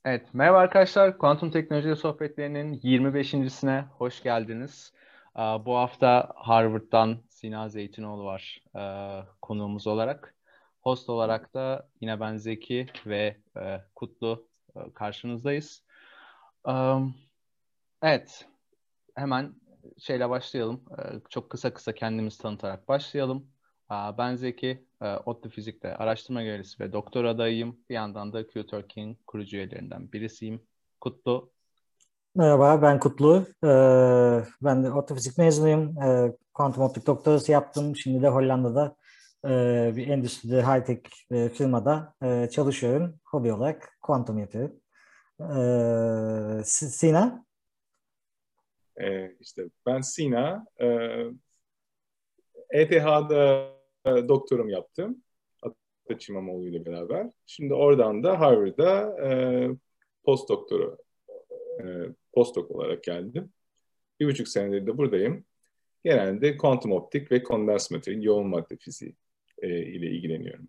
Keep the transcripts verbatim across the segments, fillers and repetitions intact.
Evet, merhaba arkadaşlar. Kuantum teknoloji sohbetlerinin yirmi beşincisine hoş geldiniz. Aa, Bu hafta Harvard'dan Sina Zeytinoğlu var aa, konuğumuz olarak. Host olarak da yine ben Zeki ve e, Kutlu e, karşınızdayız. Am, Evet, hemen şeyle başlayalım. Ee, Çok kısa kısa kendimizi tanıtarak başlayalım. Aa, Ben Zeki, e, ODTÜ Fizik'te araştırma görevlisi ve doktor adayıyım. Bir yandan da Q Türk'ün kurucu üyelerinden birisiyim. Kutlu. Merhaba, ben Kutlu. Ee, ben de otofizik mezunuyum. Ee, kuantum optik doktorası yaptım. Şimdi de Hollanda'da e, bir endüstride, high-tech e, firmada e, çalışıyorum. Hobi olarak kuantum yapıyorum. Ee, Si- Sina? Ee, işte ben Sina, e, E T H'da e, doktorum yaptım. Atatürk İmamoğlu ile beraber. Şimdi oradan da Harvard'da e, post doktoru, e, postdoc olarak geldim. Bir buçuk senedir de buradayım. Genelde kuantum optik ve kondens materyal, yoğun madde fiziği e, ile ilgileniyorum.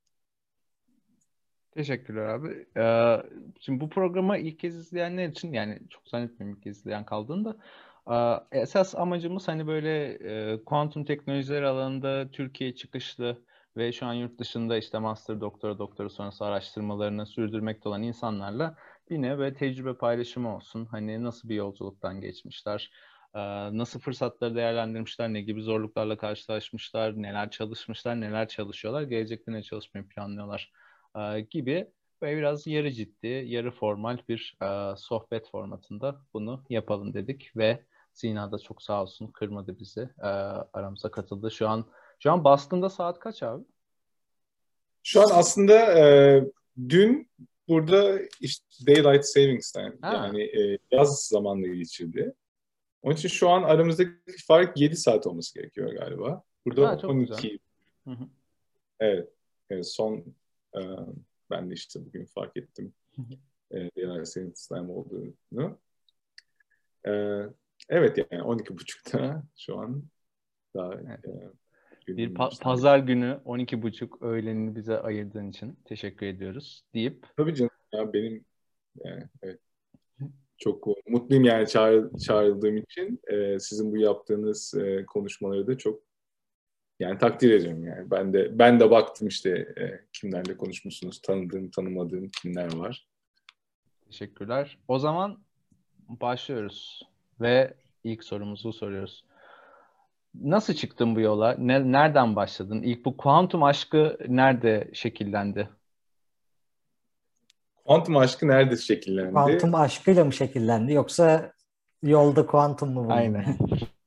Teşekkürler abi. Ee, Şimdi bu programı ilk kez izleyenler için, yani çok zannetmiyorum ilk kez izleyen kaldığında, e, esas amacımız hani böyle e, kuantum teknolojileri alanında Türkiye çıkışlı ve şu an yurt dışında işte master, doktora, doktora sonrası araştırmalarını sürdürmekte olan insanlarla bir nevi böyle tecrübe paylaşımı olsun. Hani nasıl bir yolculuktan geçmişler, e, nasıl fırsatları değerlendirmişler, ne gibi zorluklarla karşılaşmışlar, neler çalışmışlar, neler çalışıyorlar, gelecekte ne çalışmayı planlıyorlar e, gibi böyle biraz yarı ciddi, yarı formal bir e, sohbet formatında bunu yapalım dedik ve Sina da çok sağ olsun kırmadı bizi. E, aramıza katıldı. Şu an şu an Boston'da saat kaç abi? Şu an aslında e, dün burada işte Daylight Savings Time, Ha, yani e, yaz zamanları geçildi. Onun için şu an aramızdaki fark yedi saat olması gerekiyor galiba. Burada ha çok güzel. on iki. Hı hı. Evet. Evet, son e, ben de işte bugün fark ettim Hı hı. e, diğer senin slime olduğunu. E, evet, yani on iki buçukta şu an daha Evet. e, Bir günün pa- başlangıcı. pazar günü on iki buçuk öğlenini bize ayırdığın için teşekkür ediyoruz deyip Tabii canım ya, benim yani, evet, çok mutluyum yani çağrı, çağrıldığım için. E, sizin bu yaptığınız e, konuşmaları da çok yani takdir ediyorum yani. Ben de ben de baktım işte e, kimlerle konuşmuşsunuz, tanıdığım, tanımadığım kimler var. teşekkürler. O zaman başlıyoruz ve ilk sorumuzu soruyoruz. Nasıl çıktın bu yola? Ne, nereden başladın? İlk bu kuantum aşkı nerede şekillendi? Kuantum aşkı nerede şekillendi? Kuantum aşkıyla mı şekillendi yoksa yolda kuantum mu buldun? Aynen.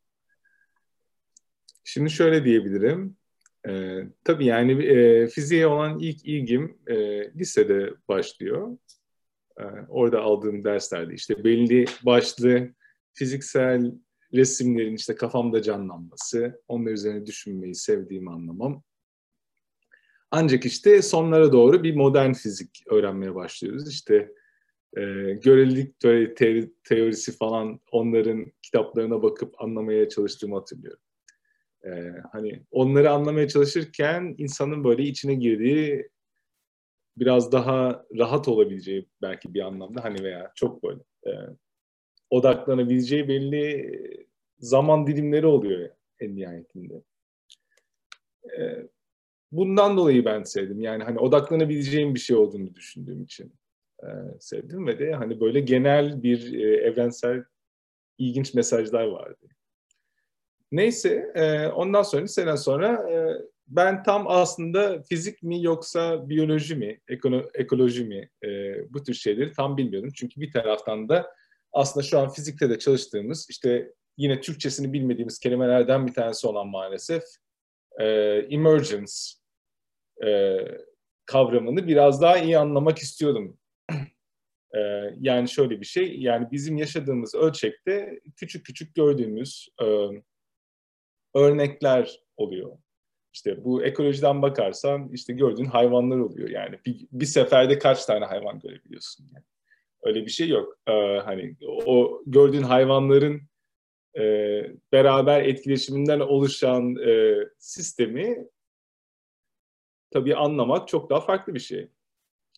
Şimdi şöyle diyebilirim. Ee, tabii yani e, fiziğe olan ilk ilgim e, lisede başlıyor. Ee, orada aldığım derslerde işte belli başlı fiziksel resimlerin işte kafamda canlanması, onlar üzerine düşünmeyi sevdiğimi anlamam. Ancak işte sonlara doğru bir modern fizik öğrenmeye başlıyoruz. İşte e, görelilik teori, teorisi falan, onların kitaplarına bakıp anlamaya çalıştığımı hatırlıyorum. Ee, hani onları anlamaya çalışırken insanın böyle içine girdiği, biraz daha rahat olabileceği belki bir anlamda, hani veya çok böyle e, odaklanabileceği belli zaman dilimleri oluyor yani, en nihayetinde. E, bundan dolayı ben sevdim. Yani hani odaklanabileceğim bir şey olduğunu düşündüğüm için e, sevdim ve de hani böyle genel bir e, evrensel ilginç mesajlar vardı. Neyse, e, ondan sonra bir sene sonra e, ben tam aslında fizik mi yoksa biyoloji mi, ekolo- ekoloji mi, e, bu tür şeyleri tam bilmiyordum. Çünkü bir taraftan da aslında şu an fizikte de çalıştığımız, işte yine Türkçesini bilmediğimiz kelimelerden bir tanesi olan maalesef e, emergence e, kavramını biraz daha iyi anlamak istiyordum. E, yani şöyle bir şey, yani bizim yaşadığımız ölçekte küçük küçük gördüğümüz e, örnekler oluyor. İşte bu ekolojiden bakarsan işte gördüğün hayvanlar oluyor. Yani bir, bir seferde kaç tane hayvan görebiliyorsun? Yani öyle bir şey yok. Ee, hani o gördüğün hayvanların e, beraber etkileşiminden oluşan e, sistemi tabii anlamak çok daha farklı bir şey.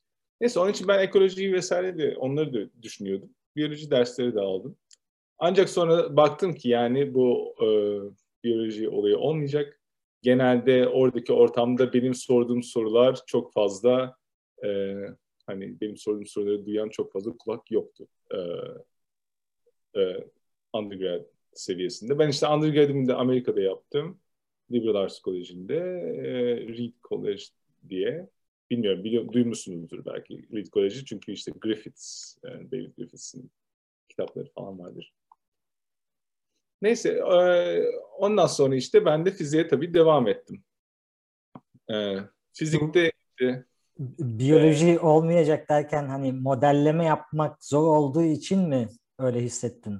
Neyse onun için ben ekolojiyi vesaire de onları da düşünüyordum. Biyoloji dersleri de aldım. Ancak sonra baktım ki yani bu e, biyoloji olayı olmayacak. Genelde oradaki ortamda benim sorduğum sorular çok fazla e, hani benim sorduğum soruları duyan çok fazla kulak yoktu. E, e, undergrad seviyesinde. Ben işte undergrad'imi de Amerika'da yaptım. Liberal Arts College'inde e, Reed College diye. Bilmiyorum, biliyor, duymuşsunuzdur belki Reed College'i. Çünkü işte Griffiths, yani David Griffiths'in kitapları falan vardır. Neyse, e, ondan sonra işte ben de fiziğe tabii devam ettim. E, fizikte işte, Biyoloji e, olmayacak derken hani modelleme yapmak zor olduğu için mi öyle hissettin?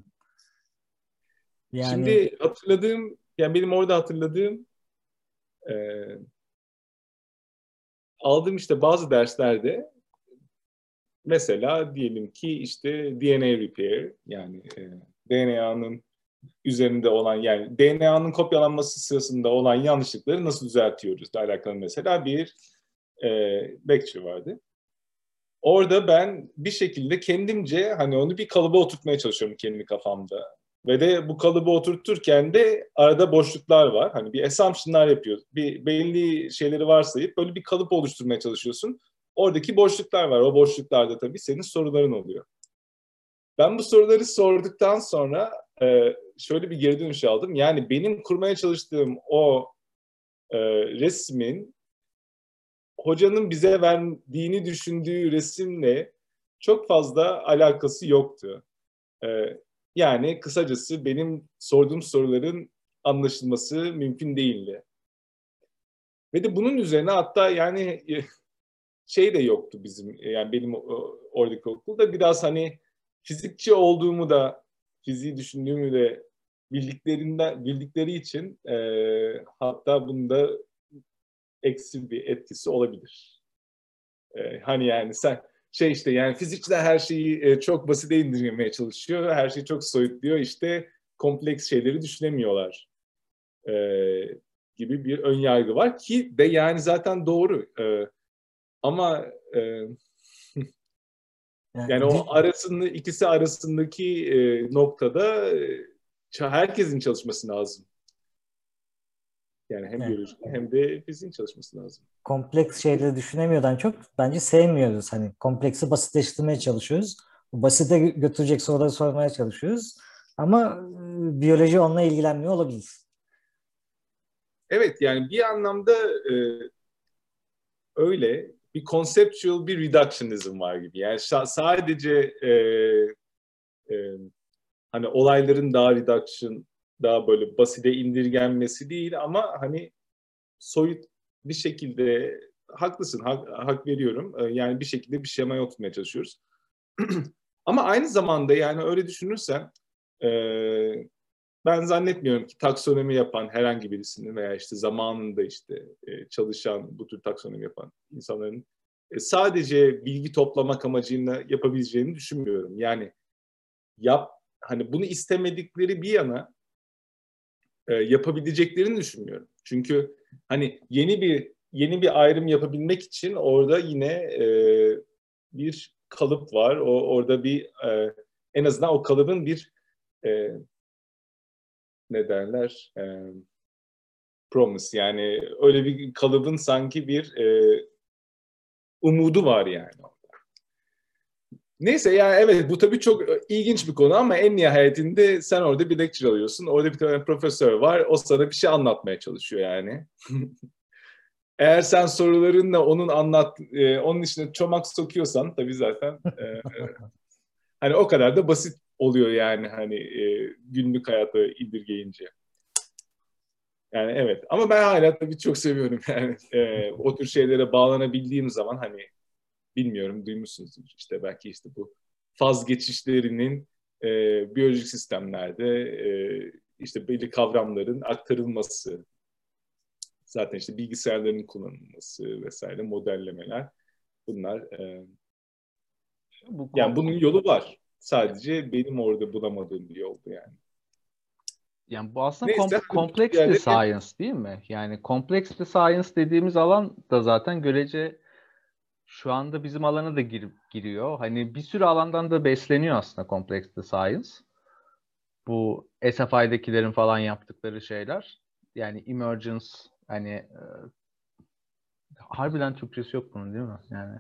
Yani şimdi hatırladığım, yani benim orada hatırladığım e, aldığım işte bazı derslerde mesela diyelim ki işte D N A repair, yani e, D N A'nın üzerinde olan, yani D N A'nın kopyalanması sırasında olan yanlışlıkları nasıl düzeltiyoruz ile alakalı mesela bir e, lecture vardı. Orada ben bir şekilde kendimce hani onu bir kalıba oturtmaya çalışıyorum kendi kafamda. Ve de bu kalıbı oturturken de arada boşluklar var. Hani bir assumption'lar yapıyoruz. Bir belli şeyleri varsayıp böyle bir kalıp oluşturmaya çalışıyorsun. Oradaki boşluklar var. O boşluklarda tabii senin soruların oluyor. Ben bu soruları sorduktan sonra e, şöyle bir geri dönüş aldım. Yani benim kurmaya çalıştığım o e, resmin hocanın bize verdiğini düşündüğü resimle çok fazla alakası yoktu. E, yani kısacası benim sorduğum soruların anlaşılması mümkün değildi. Ve de bunun üzerine hatta yani şey de yoktu bizim, yani benim oradaki okulda biraz hani fizikçi olduğumu da, fiziği düşündüğümü de bildiklerinden bildikleri için e, hatta bunda eksi bir etkisi olabilir. E, hani yani sen şey işte yani fizikçiler her şeyi e, çok basite indirgemeye çalışıyor, her şeyi çok soyutluyor, işte kompleks şeyleri düşünemiyorlar e, gibi bir ön yargı var ki de yani zaten doğru. E, ama e, yani o arasında, ikisi arasındaki e, noktada e, herkesin çalışması lazım. Yani hem biyoloji hem de fiziğin çalışması lazım. Kompleks şeyleri düşünemiyordan çok bence sevmiyoruz. Hani kompleksi basitleştirmeye çalışıyoruz. Basite götürecek soruları sormaya çalışıyoruz. Ama e, biyoloji onunla ilgilenmiyor olabilir. Evet, yani bir anlamda e, öyle bir conceptual bir reductionism var gibi. Yani sadece e, e, hani olayların daha reduction, daha böyle basite indirgenmesi değil ama hani soyut bir şekilde, haklısın, hak, hak veriyorum. E, yani bir şekilde bir şemaya oturtmaya çalışıyoruz. Ama aynı zamanda yani öyle düşünürsen e, ben zannetmiyorum ki taksonomi yapan herhangi birisinin veya işte zamanında işte e, çalışan, bu tür taksonomi yapan insanların e, sadece bilgi toplamak amacıyla yapabileceğini düşünmüyorum. Yani yap, hani bunu istemedikleri bir yana e, yapabileceklerini düşünmüyorum. Çünkü hani yeni bir yeni bir ayrım yapabilmek için orada yine e, bir kalıp var. O orada bir e, en azından o kalıbın bir e, ne derler? E, promise, yani öyle bir kalıbın sanki bir e, umudu var yani. Neyse yani evet, bu tabii çok ilginç bir konu ama en nihayetinde sen orada bir lecture alıyorsun. Orada bir tane profesör var. O sana bir şey anlatmaya çalışıyor yani. Eğer sen sorularınla onun anlat, e, onun içine çomak sokuyorsan tabii zaten e, e, hani o kadar da basit oluyor yani hani e, günlük hayatı indirgeyince. Yani evet, ama ben hala tabii çok seviyorum yani e, o tür şeylere bağlanabildiğim zaman hani bilmiyorum, duymuşsunuzdur işte belki işte bu faz geçişlerinin e, biyolojik sistemlerde e, işte belli kavramların aktarılması, zaten işte bilgisayarların kullanılması vesaire, modellemeler, bunlar e, Bu yani bunun yolu var. Sadece benim orada bulamadığım bir yoldu yani. Yani bu aslında Neyse, kom- kompleks bir yerde science değil mi? Yani kompleks bir science dediğimiz alan da zaten görece şu anda bizim alana da gir, giriyor. Hani bir sürü alandan da besleniyor aslında Complexity Science. Bu S F I'dekilerin falan yaptıkları şeyler. Yani emergence, hani e, harbiden Türkçesi yok bunun değil mi? Yani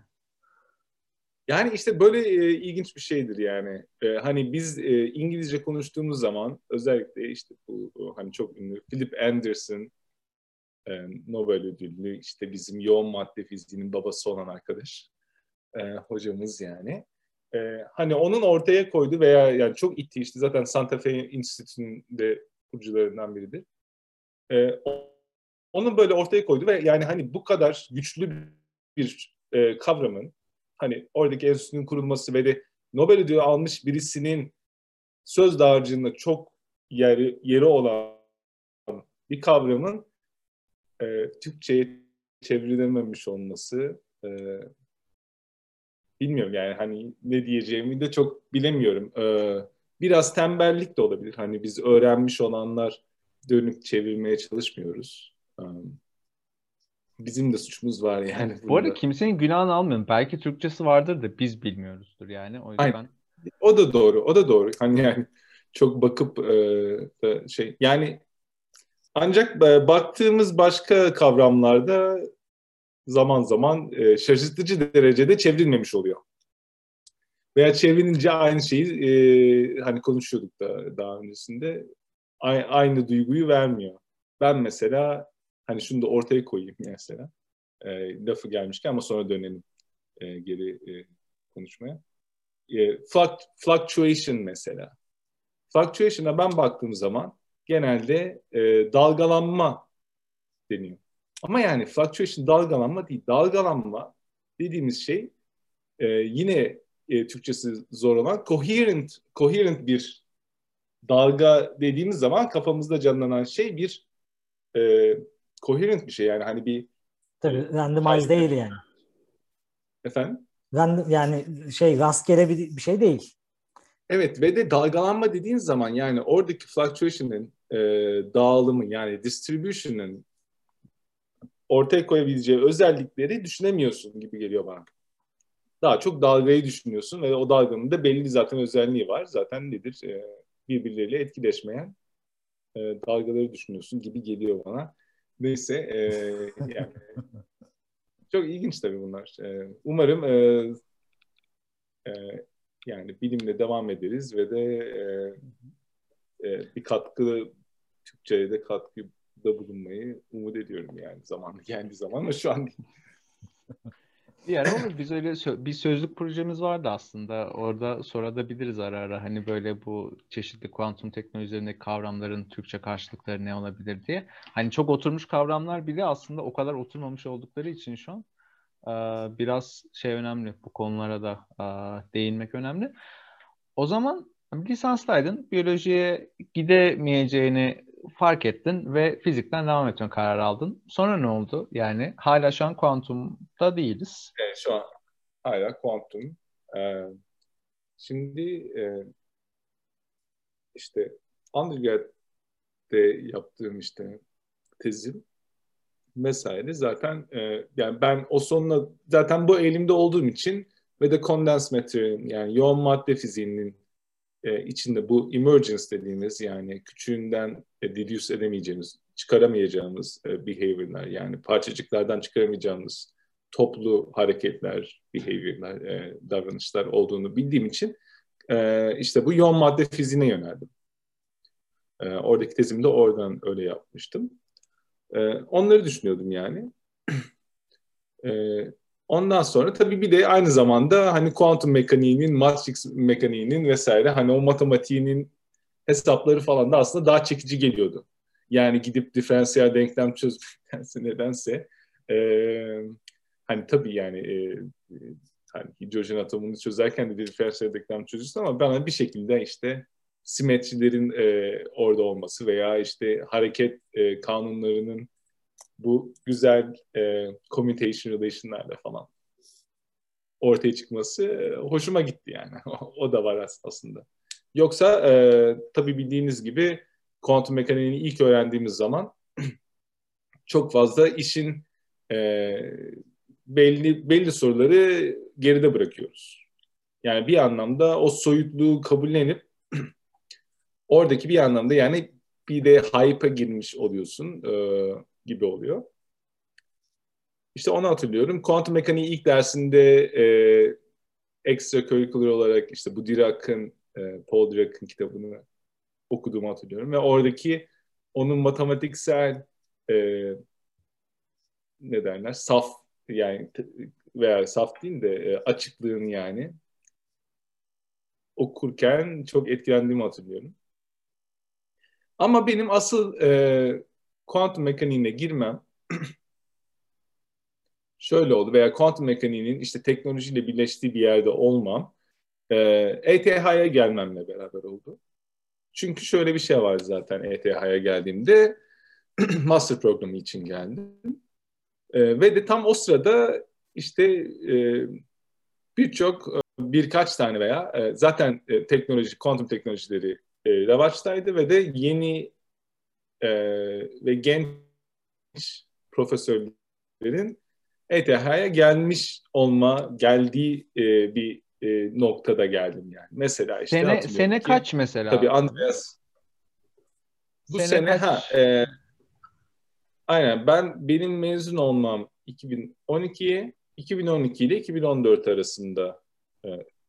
Yani işte böyle e, ilginç bir şeydir yani. E, hani biz e, İngilizce konuştuğumuz zaman özellikle işte bu o, hani çok ünlü Philip Anderson, e, Nobel ödüllü işte bizim yoğun madde fiziğinin babası olan arkadaş, e, hocamız yani. E, hani onun ortaya koyduğu veya yani çok itti işte zaten Santa Fe Enstitüsü'nün de kurucularından biridir. E, o- onun böyle ortaya koydu ve yani hani bu kadar güçlü bir e, kavramın hani oradaki enstitünün kurulması ve de Nobel ödülü almış birisinin söz dağarcığında çok yeri, yeri olan bir kavramın e, Türkçe'ye çevrilememiş olması, e, bilmiyorum yani hani ne diyeceğimi de çok bilemiyorum. E, biraz tembellik de olabilir. Hani biz öğrenmiş olanlar dönüp çevirmeye çalışmıyoruz. E, bizim de suçumuz var yani bu arada bunda. kimsenin günahını almıyorum. Belki Türkçesi vardır da biz bilmiyoruzdur yani. O Aynen. yüzden O da doğru. O da doğru. Hani yani çok bakıp e, da şey yani ancak e, baktığımız başka kavramlarda zaman zaman e, şaşırtıcı derecede çevrilmemiş oluyor. Veya çevrilince aynı şeyi e, hani konuşuyorduk da daha öncesinde a- aynı duyguyu vermiyor. Ben mesela hani şunu da ortaya koyayım mesela. E, lafı gelmişken ama sonra dönelim e, geri e, konuşmaya. E, fluct- fluctuation mesela. Fluctuation'a ben baktığım zaman genelde e, dalgalanma deniyor. Ama yani fluctuation dalgalanma değil. Dalgalanma dediğimiz şey e, yine e, Türkçesi zor olan coherent, coherent bir dalga dediğimiz zaman kafamızda canlanan şey bir e, coherent bir şey. Yani hani bir e, Tabii randomize değil yani. efendim? Random, yani şey rastgele bir, bir şey değil. Evet ve de dalgalanma dediğin zaman yani oradaki fluctuation'ın e, dağılımı yani distribution'ın ortaya koyabileceği özellikleri düşünemiyorsun gibi geliyor bana. Daha çok dalgayı düşünüyorsun ve o dalganın da belli zaten özelliği var. Zaten nedir? E, birbirleriyle etkileşmeyen e, dalgaları düşünüyorsun gibi geliyor bana. Neyse e, yani çok ilginç tabii bunlar. E, umarım e, e, yani bilimle devam ederiz ve de e, e, bir katkı Türkçe'ye de katkıda bulunmayı umut ediyorum yani zamanı geldiği zaman ama şu an değil. bir ara olur. Biz öyle sö- bir sözlük projemiz vardı aslında. Orada sorabiliriz ara ara. Hani böyle bu çeşitli kuantum teknolojilerindeki kavramların Türkçe karşılıkları ne olabilir diye. Hani çok oturmuş kavramlar bile aslında o kadar oturmamış oldukları için şu an eee, biraz şey önemli. Bu konulara da eee, değinmek önemli. O zaman lisanstaydın. Biyolojiye gidemeyeceğini fark ettin ve fizikten devam etme kararı aldın. Sonra ne oldu? Yani hala şu an kuantumda değiliz. Evet, şu an hala kuantum. E, şimdi e, işte undergrad'de yaptığım işte tezim vesaire zaten e, yani ben o sonuna zaten bu eğilimde olduğum için ve de condensed material'in yani yoğun madde fiziğinin e, içinde bu emergence dediğimiz yani küçüğünden e, deduce edemeyeceğimiz, çıkaramayacağımız e, behavior'lar yani parçacıklardan çıkaramayacağımız toplu hareketler, behavior'lar, e, davranışlar olduğunu bildiğim için e, işte bu yoğun madde fiziğine yöneldim. E, oradaki tezimi de oradan öyle yapmıştım. E, onları düşünüyordum yani. E, ondan sonra tabii bir de aynı zamanda hani kuantum mekaniğinin, matrix mekaniğinin vesaire hani o matematiğinin hesapları falan da aslında daha çekici geliyordu. Yani gidip diferansiyel denklem çözmektense nedense e, hani tabii yani e, e, hani hidrojen atomunu çözerken de diferansiyel denklem çözüyorsun ama bana bir şekilde işte simetrilerin e, orada olması veya işte hareket e, kanunlarının bu güzel e, commutation relation'larla falan ortaya çıkması e, hoşuma gitti yani. O da var aslında. Yoksa e, tabii bildiğiniz gibi kuantum mekaniğini ilk öğrendiğimiz zaman çok fazla işin e, belli belli soruları geride bırakıyoruz. Yani bir anlamda o soyutluğu kabullenip oradaki bir anlamda yani bir de hype'a girmiş oluyorsun e, gibi oluyor. İşte onu hatırlıyorum. Kuantum mekaniği ilk dersinde e, extracurricular olarak işte bu Dirac'ın, e, Paul Dirac'ın kitabını okuduğumu hatırlıyorum. Ve oradaki onun matematiksel e, ne derler? Saf yani veya saf değil de e, açıklığını yani okurken çok etkilendiğimi hatırlıyorum. Ama benim asıl e, kuantum mekaniğine girmem şöyle oldu veya kuantum mekaniğinin işte teknolojiyle birleştiği bir yerde olmam e, E T H'ya gelmemle beraber oldu. Çünkü şöyle bir şey var zaten E T H'ya geldiğimde master programı için geldim. E, ve de tam o sırada işte e, birçok e, birkaç tane veya e, zaten e, teknoloji, kuantum teknolojileri e, revaçtaydı ve de yeni e, ve genç profesörlerin E T H'ya gelmiş olma, geldiği e, bir e, noktada geldim yani. Mesela işte Sene hatırlıyorum sene ki kaç mesela tabii abi? Andreas bu Sene sene ha kaç? e, aynen ben benim mezun olmam iki bin on ikiye iki bin on iki ile iki bin on dört arasında e,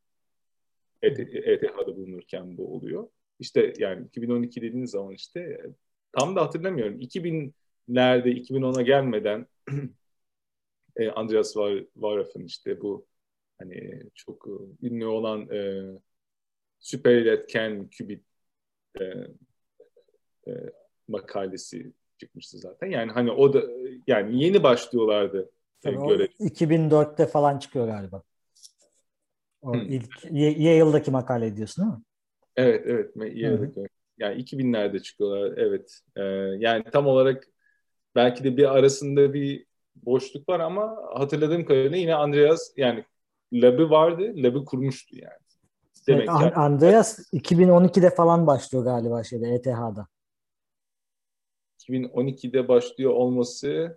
E T H'da bulunurken bu oluyor. İşte yani iki bin on iki dediğiniz zaman işte e, tam da hatırlamıyorum. iki binlerde iki bin ona gelmeden e, Andreas Weyerhoff'ın işte bu hani çok e, ünlü olan e, süper iletken kübit e, e, makalesi çıkmıştı zaten. Yani hani o da yani yeni başlıyorlardı e, Tabii o göre. iki bin dörtte falan çıkıyor galiba. O Hmm. ilk Ye- Yale'daki makale diyorsun değil mi? Evet, evet. Hı hı. Yale'daki. Yani iki binlerde çıkıyorlar. Evet. E, yani tam olarak belki de bir arasında bir boşluk var ama hatırladığım kadarıyla yine Andreas yani labı vardı. Labı kurmuştu yani. Evet, Demek ki An- Andreas iki bin on ikide falan başlıyor galiba şeyde E T H'da. iki bin on ikide başlıyor olması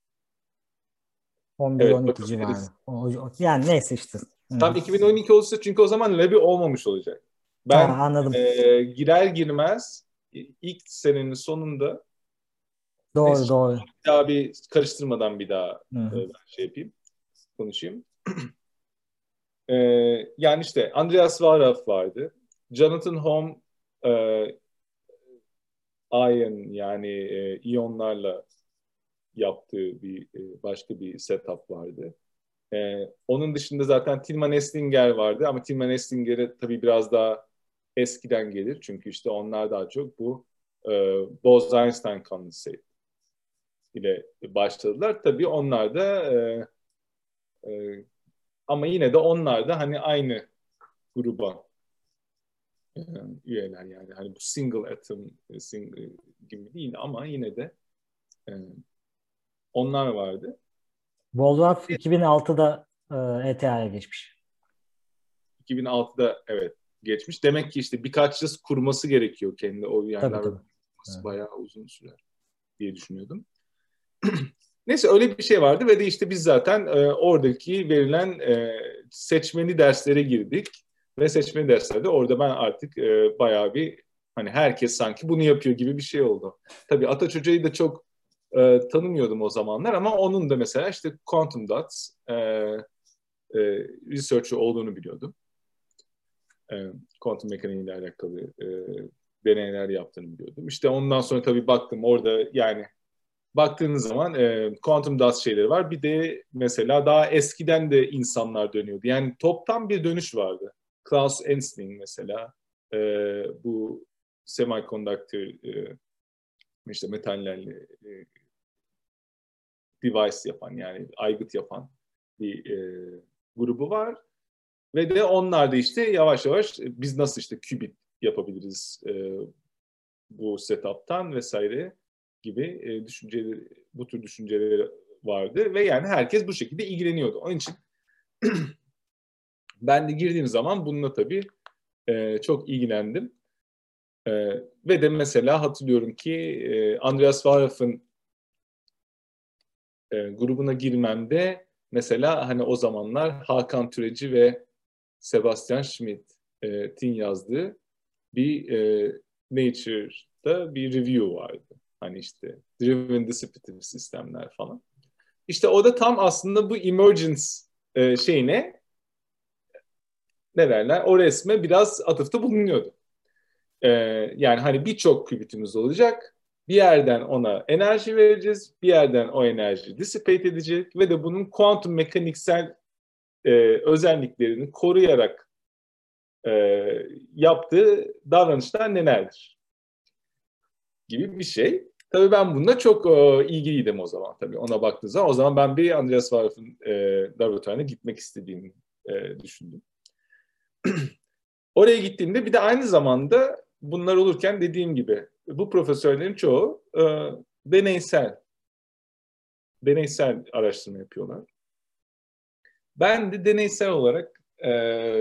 evet on bir on iki civarı. bakabiliriz. O- o- Yani neyse işte. Hı hı. Tam iki bin on iki olursa çünkü o zaman labı olmamış olacak. Ha, Ben anladım. e, girer girmez ilk senenin sonunda neyse Doğru doğru. bir daha bir karıştırmadan bir daha Hı e, hı. ben şey yapayım konuşayım. E, yani işte Andreas Weyerhoff vardı. Jonathan Hom e, ion yani e, iyonlarla yaptığı bir e, başka bir setup vardı. E, onun dışında zaten Tilman Estinger vardı ama Tilman Estinger'e tabii biraz daha eskiden gelir. Çünkü işte onlar daha çok bu e, Bose-Einstein condensate ile başladılar. Tabii onlar da e, e, ama yine de onlar da hani aynı gruba e, üyeler yani. Hani bu single atom single gibi değil ama yine de e, onlar vardı. Wolfram iki bin altıda e, E T H'ya geçmiş. iki bin altıda evet geçmiş. Demek ki işte birkaç yıl kurması gerekiyor kendi o Tabii yerler tabii. kurması Hı. bayağı uzun sürer diye düşünüyordum. Neyse öyle bir şey vardı ve de işte biz zaten e, oradaki verilen e, seçmeli derslere girdik ve seçmeli derslerde orada ben artık e, bayağı bir hani herkes sanki bunu yapıyor gibi bir şey oldu. Tabii Ataç Hoca'yı da çok e, tanımıyordum o zamanlar ama onun da mesela işte Quantum Dots e, e, researcher olduğunu biliyordum. E, kuantum mekaniği ile alakalı e, deneyler yaptığını biliyordum. İşte ondan sonra tabii baktım orada yani baktığınız zaman e, quantum dots şeyleri var. Bir de mesela daha eskiden de insanlar dönüyordu. Yani toptan bir dönüş vardı. Klaus Ensling mesela e, bu semiconductor e, işte metallerle e, device yapan yani aygıt yapan bir e, grubu var. Ve de onlar da işte yavaş yavaş biz nasıl işte qubit yapabiliriz e, bu setup'tan vesaire gibi e, düşünceleri, bu tür düşünceleri vardı ve yani herkes bu şekilde ilgileniyordu. Onun için ben de girdiğim zaman bununla tabii e, çok ilgilendim. E, ve de mesela hatırlıyorum ki e, Andreas Weyerhoff'ın e, grubuna girmemde mesela hani o zamanlar Hakan Türeci ve Sebastian Schmidt'in yazdığı bir e, Nature'da bir review vardı. Hani işte Driven Distributed sistemler falan. İşte o da tam aslında bu emergence e, şeyine ne derler? O resme biraz atıfta bulunuyordu. E, yani hani birçok kübitimiz olacak. Bir yerden ona enerji vereceğiz. Bir yerden o enerji dissipate edecek ve de bunun kuantum mekaniksel e, özelliklerini koruyarak e, yaptığı davranışlar nelerdir? Gibi bir şey. Tabii ben bununla çok e, ilgiliydim o zaman tabii ona baktığı zaman. O zaman ben bir Andreas Waalf'ın e, laboratuvarına gitmek istediğimi e, düşündüm. Oraya gittiğimde bir de aynı zamanda bunlar olurken dediğim gibi bu profesörlerin çoğu e, deneysel deneysel araştırma yapıyorlar. Ben de deneysel olarak e,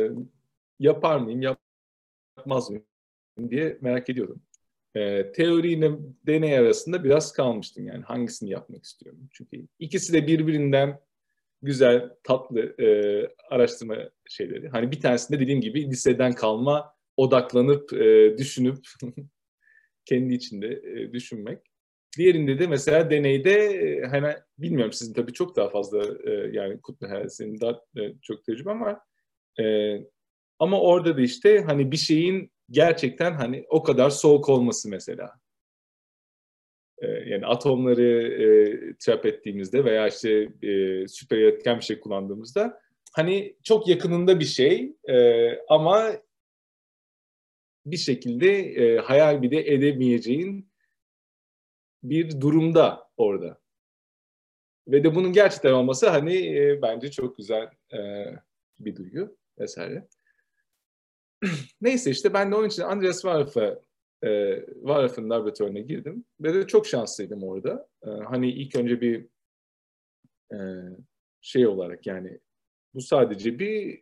yapar mıyım, yapmaz mıyım diye merak ediyordum. E, teoriyle deney arasında biraz kalmıştım yani hangisini yapmak istiyorum. Çünkü ikisi de birbirinden güzel, tatlı e, araştırma şeyleri. Hani bir tanesinde dediğim gibi liseden kalma, odaklanıp, e, düşünüp kendi içinde e, düşünmek. Diğerinde de mesela deneyde e, hani bilmiyorum sizin tabii çok daha fazla e, yani Kutlu her senin daha e, çok tecrüben var. E, ama orada da işte hani bir şeyin gerçekten hani o kadar soğuk olması mesela. E, yani atomları e, trap ettiğimizde veya işte e, süper iletken bir şey kullandığımızda hani çok yakınında bir şey e, ama bir şekilde e, hayal bile edemeyeceğin bir durumda orada. Ve de bunun gerçekten olması hani e, bence çok güzel e, bir duygu vesaire. Neyse işte ben de onun için Andreas Waalf'a e, Waalf'ın laboratuvarına girdim. Ve de çok şanslıydım orada. E, hani ilk önce bir e, şey olarak yani bu sadece bir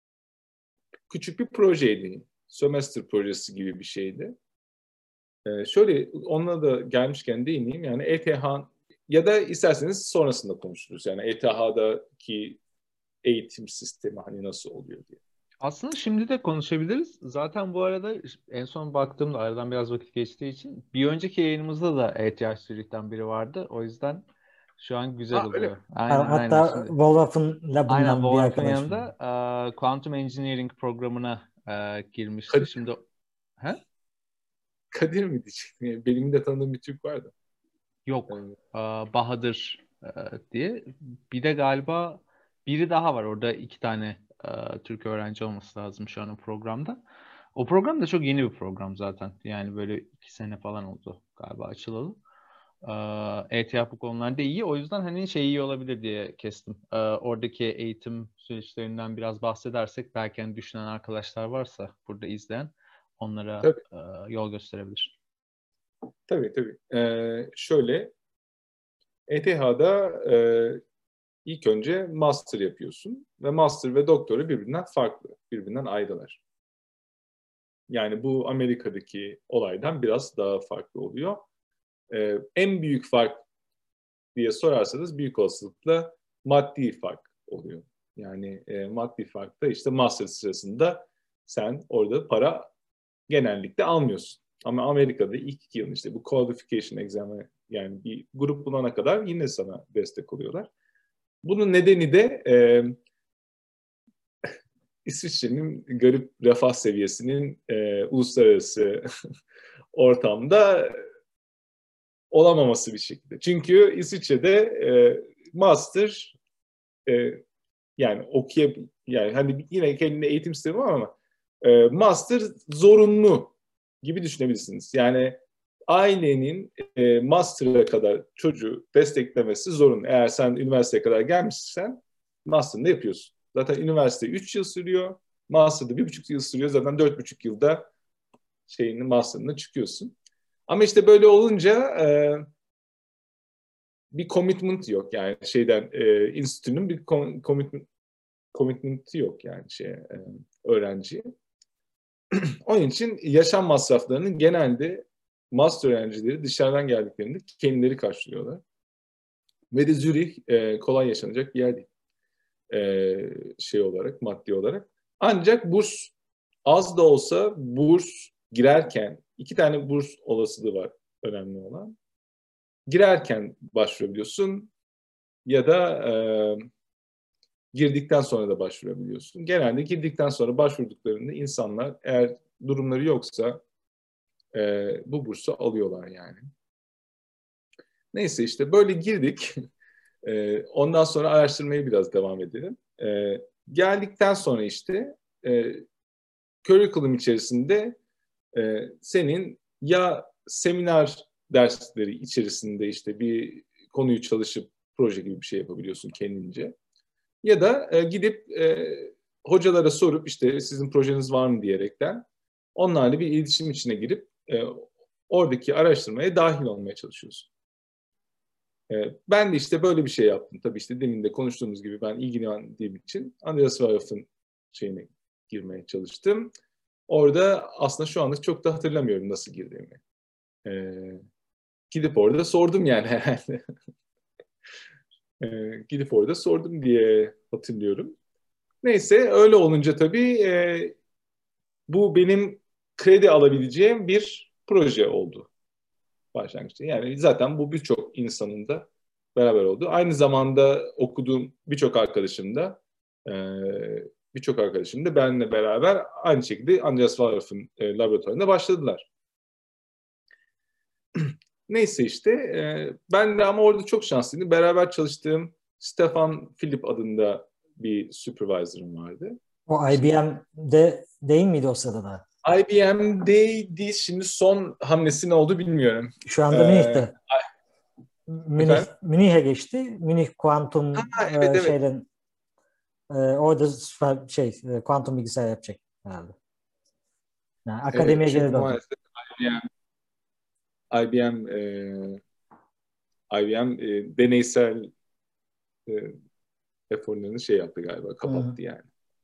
küçük bir projeydi. Sömestr projesi gibi bir şeydi. E, şöyle onunla da gelmişken değineyim. Yani E T H ya da isterseniz sonrasında konuşuruz. Yani E T H'daki eğitim sistemi hani nasıl oluyor diye. Aslında şimdi de konuşabiliriz. Zaten bu arada en son baktığımda aradan biraz vakit geçtiği için bir önceki yayınımızda da E T H Zürich'ten biri vardı. O yüzden şu an güzel Ha öyle oluyor. mi? Aynen aynen Hatta şimdi. Wolf'un Aynen labından bir Wolf'un arkadaşım. yanında e, Quantum Engineering programına e, girmişti. Kadir, Şimdi he? Kadir mi diyecektim? Yani benim de tanıdığım bir Türk vardı. Yok. Yani, E, Bahadır e, diye. Bir de galiba biri daha var. Orada iki tane e, Türk öğrenci olması lazım şu an o programda. O program da çok yeni bir program zaten. Yani böyle iki sene falan oldu galiba açılalı. Ee, E T H bu konularda iyi. O yüzden hani şey iyi olabilir diye kestim. Ee, oradaki eğitim süreçlerinden biraz bahsedersek belki hani düşünen arkadaşlar varsa burada izleyen onlara tabii, e, yol gösterebilir. tabii, tabii. Ee, şöyle, E T H'da e, ilk önce master yapıyorsun ve master ve doktora birbirinden farklı, birbirinden ayrılar. Yani bu Amerika'daki olaydan biraz daha farklı oluyor. Ee, en büyük fark diye sorarsanız büyük olasılıkla maddi fark oluyor. Yani e, maddi farkta işte master sırasında sen orada para genellikle almıyorsun. Ama Amerika'da ilk iki yıl işte bu qualification exam'e yani bir grup bulana kadar yine sana destek oluyorlar. Bunun nedeni de e, İsviçre'nin garip refah seviyesinin e, uluslararası ortamda olamaması bir şekilde. Çünkü İsviçre'de e, master e, yani okuyab yani hani yine kendine eğitim sistemi var ama e, master zorunlu gibi düşünebilirsiniz. Yani ailenin e, master'a kadar çocuğu desteklemesi zorunlu. Eğer sen üniversiteye kadar gelmişsen master'ını yapıyorsun. Zaten üniversite üç yıl sürüyor. Master'da bir buçuk yıl sürüyor. Zaten dört buçuk yılda şeyini master'ına çıkıyorsun. Ama işte böyle olunca e, bir commitment yok yani şeyden e, enstitünün bir commitment commitment'i yok yani şey e, öğrenciye. Onun için yaşam masraflarının genelde master öğrencileri dışarıdan geldiklerinde kendileri karşılıyorlar. Ve de Zürih e, kolay yaşanacak bir yer değil. e, şey olarak, maddi olarak. Ancak burs az da olsa burs girerken, iki tane burs olasılığı var önemli olan. Girerken başvurabiliyorsun ya da e, girdikten sonra da başvurabiliyorsun. Genelde girdikten sonra başvurduklarında insanlar eğer durumları yoksa e, bu bursu alıyorlar yani. Neyse işte böyle girdik. e, ondan sonra araştırmaya biraz devam edelim. E, geldikten sonra işte e, curriculum içerisinde e, senin ya seminer dersleri içerisinde işte bir konuyu çalışıp proje gibi bir şey yapabiliyorsun kendince. Ya da e, gidip e, hocalara sorup işte sizin projeniz var mı diyerekten onlarla bir iletişim içine girip e, oradaki araştırmaya dahil olmaya çalışıyorsun. E, ben de işte böyle bir şey yaptım. Tabii işte demin de konuştuğumuz gibi ben ilgilendiğim için Andreas Weiff'ın şeyine girmeye çalıştım. Orada aslında şu anda çok da hatırlamıyorum nasıl girdiğimi. E, gidip orada sordum yani herhalde. e, gidip orada sordum diye hatırlıyorum. Neyse öyle olunca tabii e, bu benim kredi alabileceğim bir proje oldu başlangıçta. Yani zaten bu birçok insanın da beraber oldu. Aynı zamanda okuduğum birçok arkadaşım da e, birçok arkadaşım da benimle beraber aynı şekilde Andreas Weiff'ın e, laboratuvarında başladılar. Neyse işte e, ben de ama orada çok şanslıydım. Beraber çalıştığım Stefan Philipp adında bir supervisor'ım vardı. O I B M'de değil miydi o sırada da? I B M'deydi. Şimdi son hamlesi ne oldu bilmiyorum. Şu anda Ee, Münih'te. Münih, efendim? Münih'e geçti. Münih kuantum Ha, e, evet evet. şeyden e, orada süper şey e, kuantum bilgisayar yapacak herhalde. Yani akademiye Evet, çünkü geri döndü. maalesef I B M I B M e, I B M e, deneysel e, eforlarını şey yaptı galiba, Hı. kapattı yani.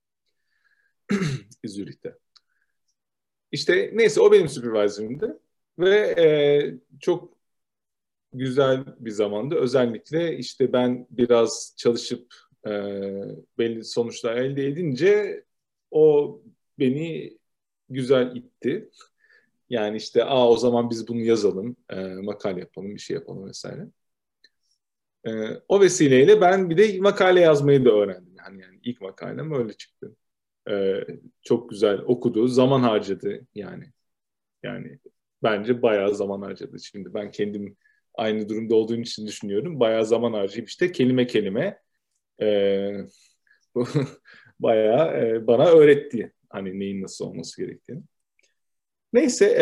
Zürih'te. İşte neyse o benim supervisor'ımdı ve e, çok güzel bir zamandı. Özellikle işte ben biraz çalışıp e, belli sonuçlar elde edince o beni güzel itti. Yani işte aa o zaman biz bunu yazalım, e, makale yapalım, bir şey yapalım vesaire. E, o vesileyle ben bir de makale yazmayı da öğrendim. Yani, yani ilk makalem öyle çıktı. E, çok güzel okudu, zaman harcadı yani. Yani bence bayağı zaman harcadı. Şimdi ben kendim aynı durumda olduğum için düşünüyorum. Bayağı zaman harcayıp işte kelime kelime e, bayağı e, bana öğretti. Hani neyin nasıl olması gerektiğini. Neyse e,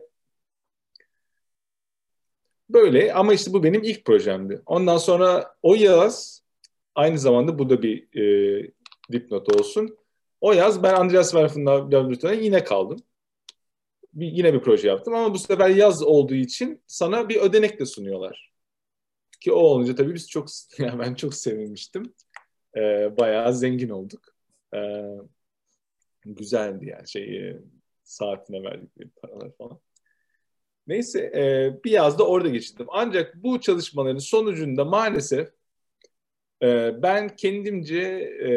böyle ama işte bu benim ilk projemdi. Ondan sonra o yaz aynı zamanda bu da bir e, dipnot olsun. O yaz ben Andreas Weiff'ın laboratuvarına yine kaldım. Bir, yine bir proje yaptım ama bu sefer yaz olduğu için sana bir ödenek de sunuyorlar. Ki o olunca tabii biz çok, yani ben çok sevinmiştim. Ee, bayağı zengin olduk. Ee, güzeldi yani şey e, saatine verdikleri paralar falan. Neyse e, bir yaz da orada geçirdim. Ancak bu çalışmaların sonucunda maalesef e, ben kendimce e,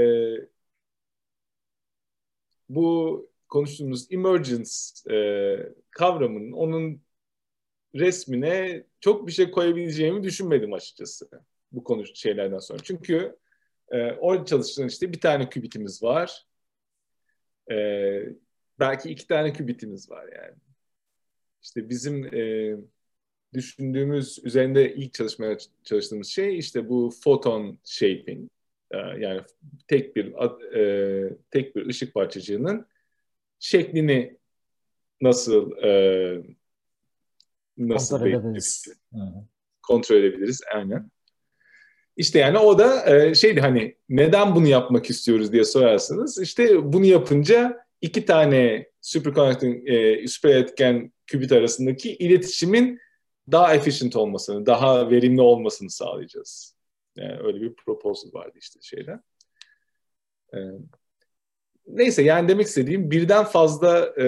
bu konuştuğumuz emergence e, kavramının onun resmine çok bir şey koyabileceğimi düşünmedim açıkçası bu konu şeylerden sonra. Çünkü e, orada çalıştığın işte bir tane kübitimiz var. E, belki iki tane kübitimiz var yani. İşte bizim e, düşündüğümüz, üzerinde ilk çalışmaya çalıştığımız şey işte bu photon shaping. E, yani tek bir e, tek bir ışık parçacığının şeklini nasıl e, nasıl Kontrol belirleyebiliriz, edebiliriz. Hı. kontrol edebiliriz. Aynen. İşte yani o da e, şeydi hani neden bunu yapmak istiyoruz diye sorarsanız işte bunu yapınca iki tane superconducting, e, süper etken kübit arasındaki iletişimin daha efficient olmasını, daha verimli olmasını sağlayacağız. Yani öyle bir proposal vardı işte şeyden. E, neyse yani demek istediğim birden fazla e,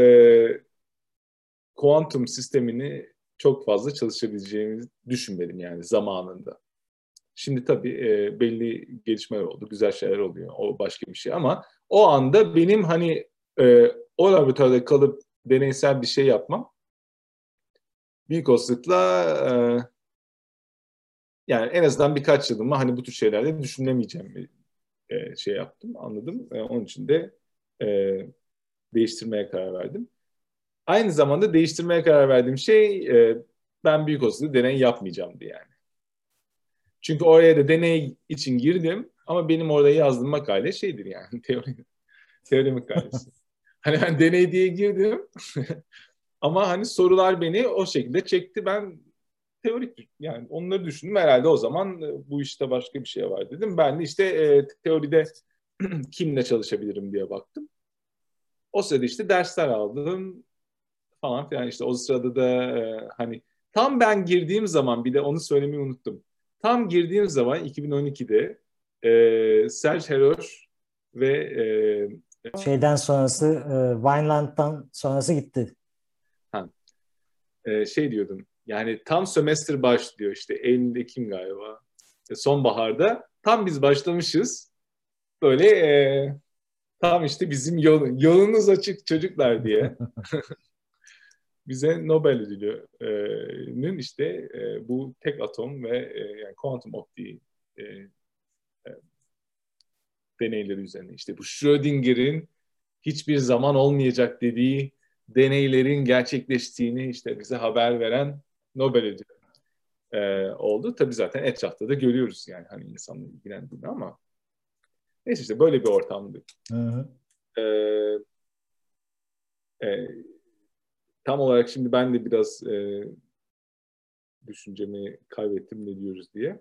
kuantum sistemini çok fazla çalışabileceğimizi düşünmedim yani zamanında. Şimdi tabii e, belli gelişmeler oldu, güzel şeyler oluyor. O başka bir şey ama o anda benim hani e, o laboratuvarda kalıp deneysel bir şey yapmam büyük olasılıkla e, yani en azından birkaç yılımı hani bu tür şeylerde düşünemeyeceğim bir e, şey yaptım, anladım. E, onun için de e, değiştirmeye karar verdim. Aynı zamanda değiştirmeye karar verdiğim şey e, ben büyük olasılıkla deney yapmayacağımdı yani. Çünkü oraya da deney için girdim ama benim orada yazdığım makale şeydir yani teori, teori makalesi. Hani ben deney diye girdim ama hani sorular beni o şekilde çekti. Ben teorik yani onları düşündüm herhalde o zaman bu işte başka bir şey var dedim. Ben de işte e, teoride kimle çalışabilirim diye baktım. O sırada işte dersler aldım falan filan işte o sırada da e, hani tam ben girdiğim zaman bir de onu söylemeyi unuttum. Tam girdiğim zaman iki bin on ikide e, Serge Heroş ve e, Şeyden sonrası, e, Vineland'dan sonrası gitti. ha, e, şey diyordum yani tam sömestr başlıyor işte Eylül Ekim galiba e, sonbaharda tam biz başlamışız böyle e, tam işte bizim yol, yolunuz açık çocuklar diye bize Nobel ödülünün işte e, bu tek atom ve e, yani kuantum optiği e, e, deneyleri üzerine. İşte bu Schrödinger'in hiçbir zaman olmayacak dediği deneylerin gerçekleştiğini işte bize haber veren Nobel ödülü e, oldu. Tabii zaten etrafta da görüyoruz yani hani insanla ilgilendiğini ama neyse işte böyle bir ortamdı. Hı hı. E, e, tam olarak şimdi ben de biraz e, düşüncemi kaybettim ne diyoruz diye.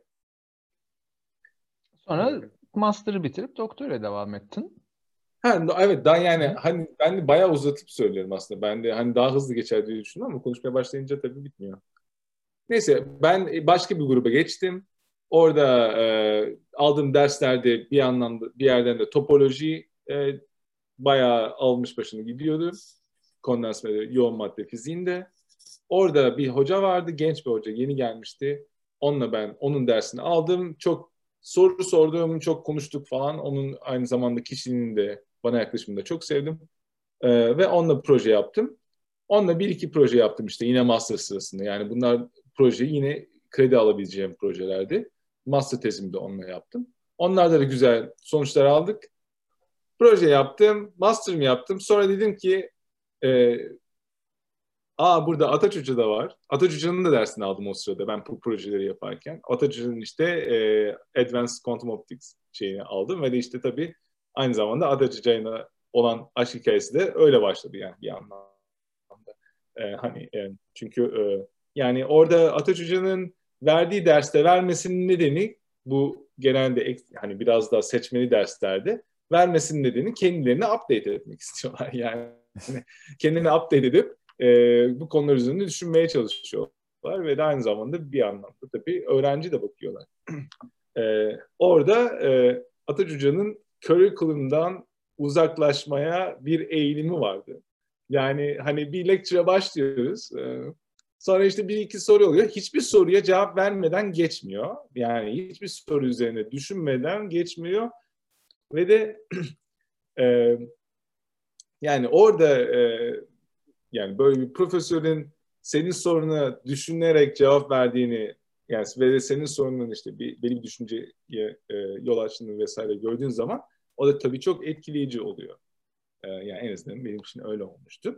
Sonra master'ı bitirip doktora devam ettin. Ha, evet daha yani hani ben de bayağı uzatıp söylüyorum aslında. Ben de hani daha hızlı geçer diye düşündüm ama konuşmaya başlayınca tabii bitmiyor. Neyse ben başka bir gruba geçtim. Orada e, aldığım derslerde bir anlamda bir yerden de topoloji e, bayağı almış başını gidiyordu. Kondans ve yoğun madde fiziğinde. Orada bir hoca vardı, genç bir hoca, yeni gelmişti. Onunla ben onun dersini aldım. Çok soru sordum, çok konuştuk falan. Onun aynı zamanda kişiliğini de bana yaklaşımını da çok sevdim. Ee, ve onunla proje yaptım. Onunla bir iki proje yaptım işte yine master sırasında. Yani bunlar projeyi yine kredi alabileceğim projelerdi. Master tezimi de onunla yaptım. Onlarda da güzel sonuçlar aldık. Proje yaptım, master'ımı yaptım. Sonra dedim ki e, aa burada Ataç Hoca da var. Ataç Hoca'nın da dersini aldım o sırada ben bu projeleri yaparken. Ataç Hoca'nın işte e, Advanced Quantum Optics şeyini aldım ve de işte tabii aynı zamanda Ataç Hoca'yla olan aşk hikayesi de öyle başladı yani bir anlamda. E, hani e, çünkü e, yani orada Ataç Hoca'nın verdiği derste vermesinin nedeni bu genelde hani biraz daha seçmeli derslerde vermesinin nedeni kendilerini update etmek istiyorlar yani. Kendini update edip e, bu konular üzerinde düşünmeye çalışıyorlar ve de aynı zamanda bir anlamda tabii öğrenci de bakıyorlar. e, orada e, Ataç Hoca'nın curriculum'dan uzaklaşmaya bir eğilimi vardı. Yani hani bir lecture'a başlıyoruz. E, sonra işte bir iki soru oluyor. Hiçbir soruya cevap vermeden geçmiyor. Yani hiçbir soru üzerine düşünmeden geçmiyor. Ve de e, yani orada e, yani böyle bir profesörün senin soruna düşünerek cevap verdiğini yani ve de senin sorunun işte bir, belli bir düşünceye e, yol açtığını vesaire gördüğün zaman o da tabii çok etkileyici oluyor. E, yani en azından benim için öyle olmuştu.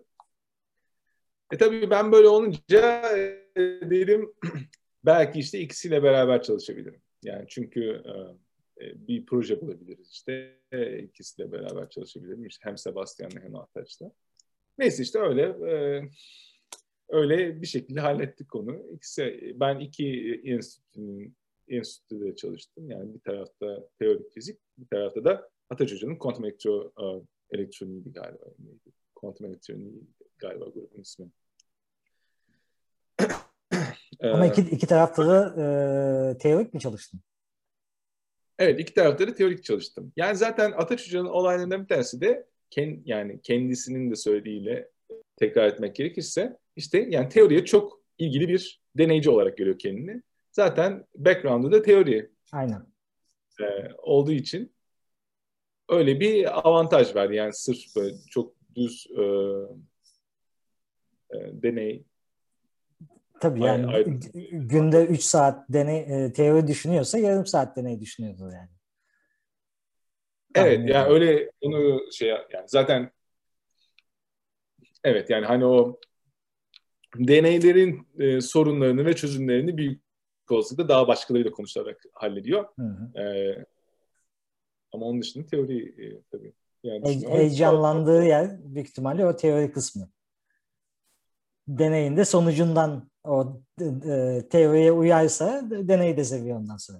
E tabii ben böyle olunca e, dedim belki işte ikisiyle beraber çalışabilirim. Yani çünkü e, bir proje bulabiliriz işte e, ikisiyle beraber çalışabilirim. İşte hem Sebastian'la hem Ataç'la. Neyse işte öyle e, öyle bir şekilde hallettik konu. İkisi, ben iki enstitünün enstitüde çalıştım. Yani bir tarafta teorik fizik, bir tarafta da Ataç Hoca'nın kuantum elektro, elektroniğiydi galiba. Kuantum elektroniği galiba grubun ismi. Ama iki, iki tarafta da e, teorik mi çalıştın? Evet, iki tarafta da teorik çalıştım. Yani zaten Ataç Hoca'nın olaylarından bir tanesi de kend, yani kendisinin de söylediğiyle tekrar etmek gerekirse işte yani teoriye çok ilgili bir deneyci olarak görüyor kendini. Zaten background'u da teori. Aynen. E, olduğu için öyle bir avantaj var. Yani sırf böyle çok düz e, e, deney Tabii ay- yani ayrıntı. günde üç saat deney e, teori düşünüyorsa yarım saat deney düşünüyordur yani. Tahmin Evet, yani ediyorum. öyle onu şey yani zaten evet yani hani o deneylerin e, sorunlarını ve çözümlerini büyük olasılıkla daha başkalarıyla konuşarak hallediyor. Hı hı. E, ama onun dışında teori e, tabii yani He- düşünüyorum. heyecanlandığı yer büyük ihtimalle o teori kısmı. Deneyinde sonucundan o e, teoriye uyarsa deneyi de seviyor ondan sonra.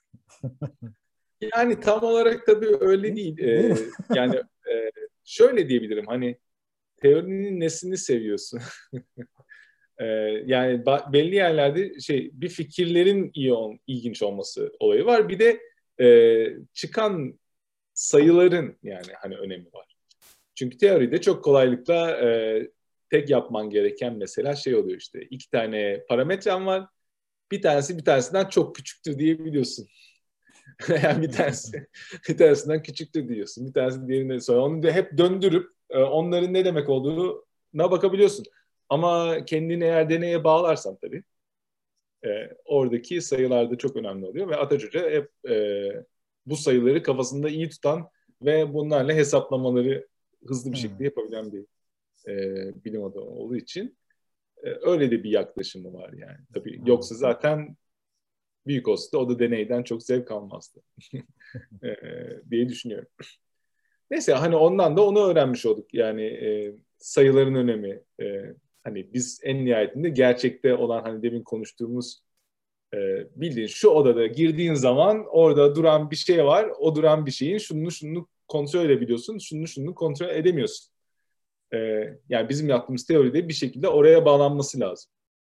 Yani tam olarak tabii öyle Değil, değil. değil mi? E, yani e, şöyle diyebilirim hani teorinin nesini seviyorsun? Ee, yani ba- belli yerlerde şey bir fikirlerin iyi ol, ilginç olması olayı var. Bir de e, çıkan sayıların yani hani önemi var. Çünkü teoride çok kolaylıkla e, tek yapman gereken mesela şey oluyor işte iki tane parametren var. Bir tanesi bir tanesinden çok küçüktür diyebiliyorsun. Yani bir tanesi bir tanesinden küçüktür diyorsun. Bir tanesi diğerine sonra onu da hep döndürüp e, onların ne demek olduğuna bakabiliyorsun. Ama kendini eğer deneye bağlarsan tabii e, oradaki sayılar da çok önemli oluyor ve Ataç Hoca hep e, bu sayıları kafasında iyi tutan ve bunlarla hesaplamaları hızlı bir şekilde Hmm. yapabilen bir e, bilim adamı olduğu için e, öyle de bir yaklaşımı var yani. Tabii yoksa Anladım. zaten büyük olsa da o da deneyden çok zevk almazdı e, diye düşünüyorum. Neyse hani ondan da onu öğrenmiş olduk. Yani e, sayıların önemi. E, hani biz en nihayetinde gerçekte olan hani demin konuştuğumuz e, bildiğin şu odada girdiğin zaman orada duran bir şey var. O duran bir şeyin şunu şunu kontrol edebiliyorsun. Şunu şunu kontrol edemiyorsun. E, yani bizim yaptığımız teoride bir şekilde oraya bağlanması lazım.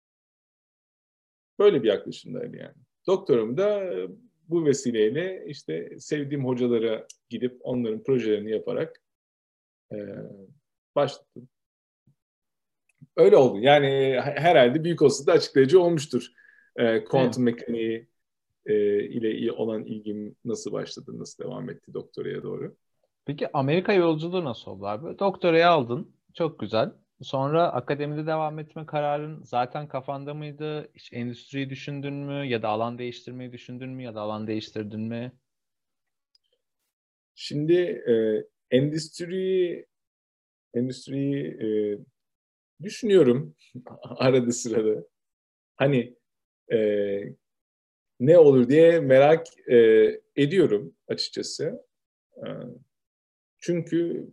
Böyle bir yaklaşımdaydı yani. Doktorumu da e, bu vesileyle işte sevdiğim hocalara gidip onların projelerini yaparak e, başladım. Öyle oldu. Yani herhalde büyük olasılıkla açıklayıcı olmuştur. E, Evet. kuantum mekaniği e, ile olan ilgim nasıl başladı, nasıl devam etti doktoraya doğru. Peki Amerika yolculuğu nasıl oldu abi? Doktorayı aldın. Çok güzel. Sonra akademide devam etme kararın zaten kafanda mıydı? Hiç endüstriyi düşündün mü? Ya da alan değiştirmeyi düşündün mü? Ya da alan değiştirdin mi? Şimdi e, endüstriyi endüstriyi e, düşünüyorum arada sırada. Hani e, ne olur diye merak e, ediyorum açıkçası. E, çünkü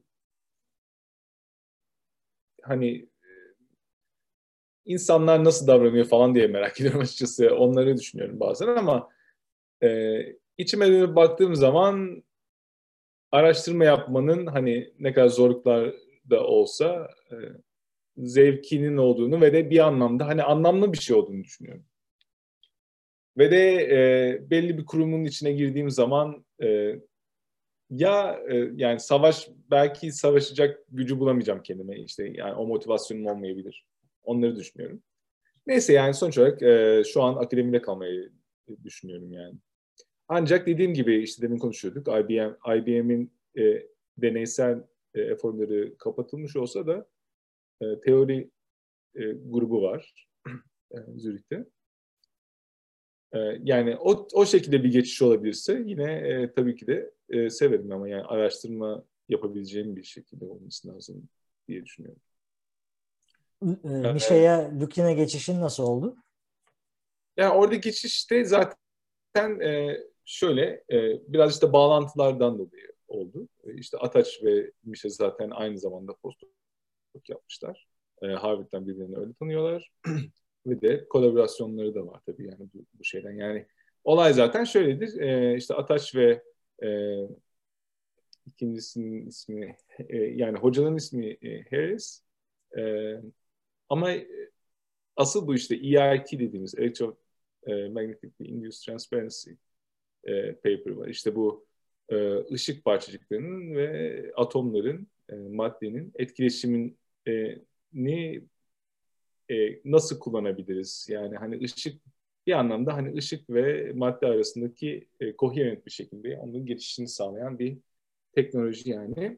hani insanlar nasıl davranıyor falan diye merak ediyorum açıkçası. Onları düşünüyorum bazen ama e, içime dönüp baktığım zaman araştırma yapmanın hani ne kadar zorluklar da olsa e, zevkinin olduğunu ve de bir anlamda hani anlamlı bir şey olduğunu düşünüyorum. Ve de e, belli bir kurumun içine girdiğim zaman e, ya e, yani savaş belki savaşacak gücü bulamayacağım kendime işte yani o motivasyonum olmayabilir. Onları düşünüyorum. Neyse yani sonuç olarak e, şu an akademide kalmayı düşünüyorum yani. Ancak dediğim gibi işte demin konuşuyorduk. I B M I B M'in e, deneysel e, eforları kapatılmış olsa da e, teori e, grubu var e, Zürih'te. E, yani o, o şekilde bir geçiş olabilirse yine e, tabii ki de e, severim ama yani araştırma yapabileceğim bir şekilde olması lazım diye düşünüyorum. E, E, Mişe'ye Lukin'e geçişin nasıl oldu? yani orada geçişte zaten e, şöyle e, biraz işte bağlantılardan dolayı oldu. E, işte Ataç ve Mişe zaten aynı zamanda postdoc yapmışlar. E, Harvard'dan birbirlerini öyle tanıyorlar. Ve de kolaborasyonları da var tabii yani bu, bu şeyden. Yani olay zaten şöyledir. E, işte Ataç ve e, ikincisinin ismi e, yani hocanın ismi e, Harris. E, ama asıl bu işte E I T dediğimiz Electromagnetic Induced Transparency e, paper var. İşte bu e, ışık parçacıklarının ve atomların, e, maddenin etkileşimin e, ni e, nasıl kullanabiliriz? Yani hani ışık bir anlamda hani ışık ve madde arasındaki e, coherent bir şekilde onun geçişini sağlayan bir teknoloji yani.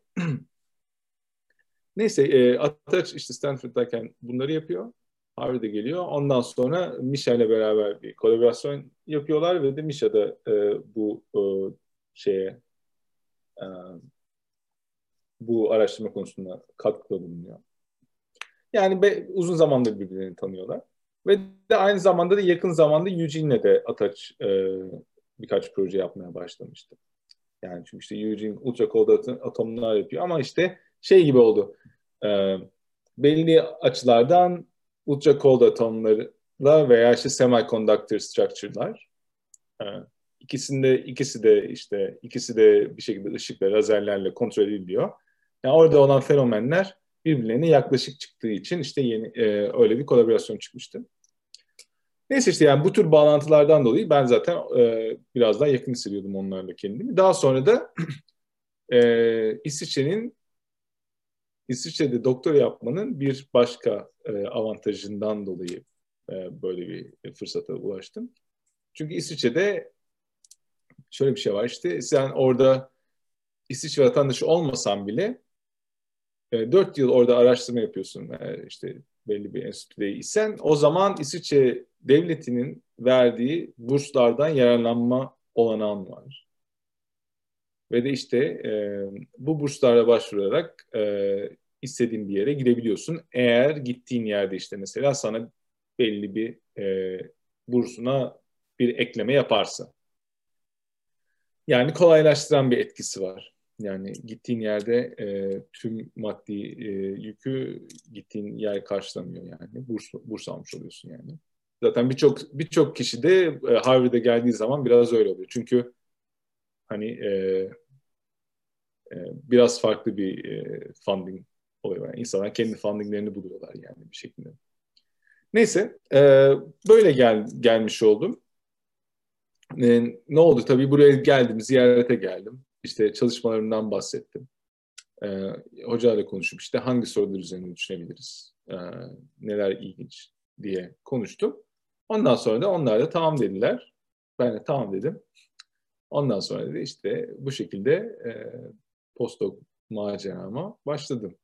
Neyse e, Ataç işte Stanford'dayken bunları yapıyor. Harvard'a geliyor. Ondan sonra Misha'yla beraber bir kolaborasyon yapıyorlar ve de Misha da e, bu e, şeye e, bu araştırma konusunda katkıda bulunuyor. Yani be, uzun zamandır birbirlerini tanıyorlar. Ve de aynı zamanda da yakın zamanda Eugene'le de Ataç e, birkaç proje yapmaya başlamıştı. Yani çünkü işte Eugene ultra cold atomlar yapıyor ama işte şey gibi oldu. E, belli açılardan ultra cold atomlarla veya işte semiconductor structure'lar. E, ikisinde ikisi de işte ikisi de bir şekilde ışıkla, lazerlerle kontrol ediliyor. Yani orada olan fenomenler birbirlerine yaklaşık çıktığı için işte yeni e, öyle bir kolaborasyon çıkmıştı. Neyse işte yani bu tür bağlantılardan dolayı ben zaten e, biraz daha yakın hissediyordum onlarla kendimi. Daha sonra da e, İsviçre'nin İsviçre'de doktora yapmanın bir başka e, avantajından dolayı e, böyle bir fırsata ulaştım. Çünkü İsviçre'de şöyle bir şey var işte sen orada İsviçre vatandaşı olmasan bile e, dört yıl orada araştırma yapıyorsun. E, işte belli bir enstitüdeysen o zaman İsviçre devletinin verdiği burslardan yararlanma olanağın var. Ve de işte e, bu burslara başvurarak e, istediğin bir yere gidebiliyorsun. Eğer gittiğin yerde işte mesela sana belli bir e, bursuna bir ekleme yaparsa. Yani kolaylaştıran bir etkisi var. Yani gittiğin yerde e, tüm maddi e, yükü gittiğin yer karşılamıyor yani. Burs, burs almış oluyorsun yani. Zaten birçok birçok kişi de e, Harvard'a geldiği zaman biraz öyle oluyor. Çünkü hani e, e, biraz farklı bir e, funding oluyor. Yani insanlar kendi fundinglerini buluyorlar yani bir şekilde. Neyse e, böyle gel, gelmiş oldum. E, ne oldu? Tabii buraya geldim, ziyarete geldim. İşte çalışmalarımdan bahsettim. E, hocayla konuşup işte hangi sorular üzerine düşünebiliriz, e, neler ilginç diye konuştum. Ondan sonra da onlar da tamam dediler. Ben de tamam dedim. Ondan sonra da işte bu şekilde e, postdoc macerama başladım.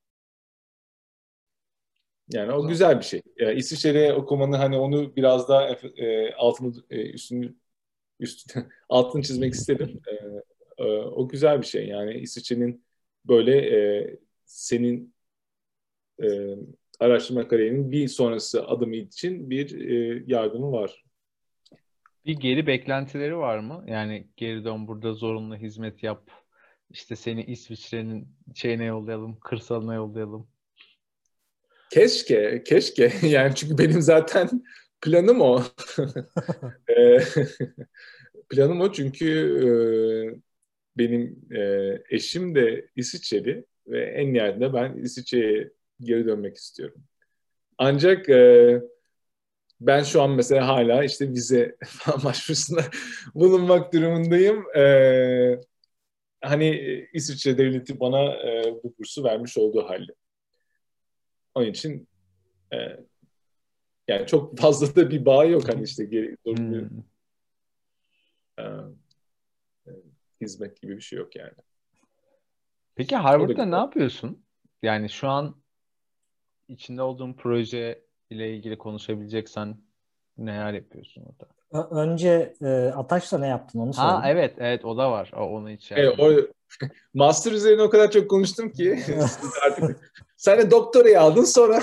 Yani o güzel bir şey. E, İsviçre'de okumanı hani onu biraz daha e, altını e, üstünü üstüne altını çizmek istedim. E, e, o güzel bir şey. Yani İsviçre'nin böyle e, senin e, araştırma kariyerinin bir sonrası adımı için bir e, yardımı var. Bir geri beklentileri var mı? Yani geri dön burada zorunlu hizmet yap. İşte seni İsviçre'nin şeyine yollayalım, kırsalına yollayalım. Keşke, keşke. Yani çünkü benim zaten planım o. E, planım o çünkü e, benim e, eşim de İsviçreli ve en nihayetinde ben İsviçre'ye geri dönmek istiyorum. Ancak e, ben şu an mesela hala işte vize falan başvurusunda bulunmak durumundayım. E, hani İsviçre devleti bana e, bu bursu vermiş olduğu halde. Onun için e, yani çok fazla da bir bağ yok hani işte geri, zorunlu Hmm. e, e, hizmet gibi bir şey yok yani. Peki O da Harvard'da ne güzel. yapıyorsun? Yani şu an içinde olduğun proje ile ilgili konuşabileceksen neler yapıyorsun orada? Ö- Önce e, Ataş'la ne yaptın onu Ha sorayım. evet evet o da var. O, onu hiç şey Evet, yapmadım. o master üzerine o kadar çok konuştum ki siz artık sen de doktorayı aldın sonra.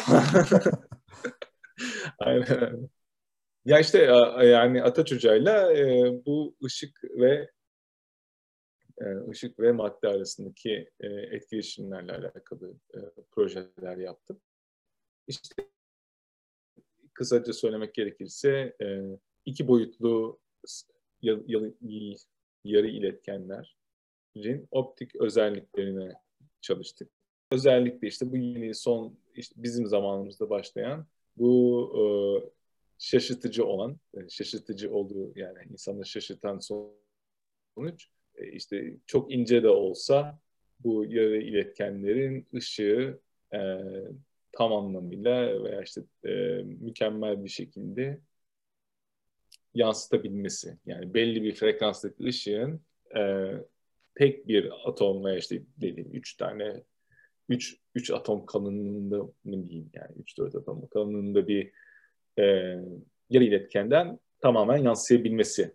Aynen. Ya işte yani Ataç Hoca'yla e, bu ışık ve e, ışık ve madde arasındaki e, etkileşimlerle alakalı e, projeler yaptım. İşte kısaca söylemek gerekirse e, iki boyutlu ya, ya, yarı iletkenlerin optik özelliklerine çalıştık. Özellikle işte bu yeni son işte bizim zamanımızda başlayan bu e, şaşırtıcı olan, e, şaşırtıcı olduğu yani insanı şaşırtan sonuç e, işte çok ince de olsa bu yarı iletkenlerin ışığı e, tam anlamıyla veya işte e, mükemmel bir şekilde yansıtabilmesi. Yani belli bir frekanstaki ışığın e, tek bir atom veya işte dediğim üç tane üç, üç atom kalınlığında mı diyeyim yani üç dört atom kalınlığında bir e, yarı iletkenden tamamen yansıyabilmesi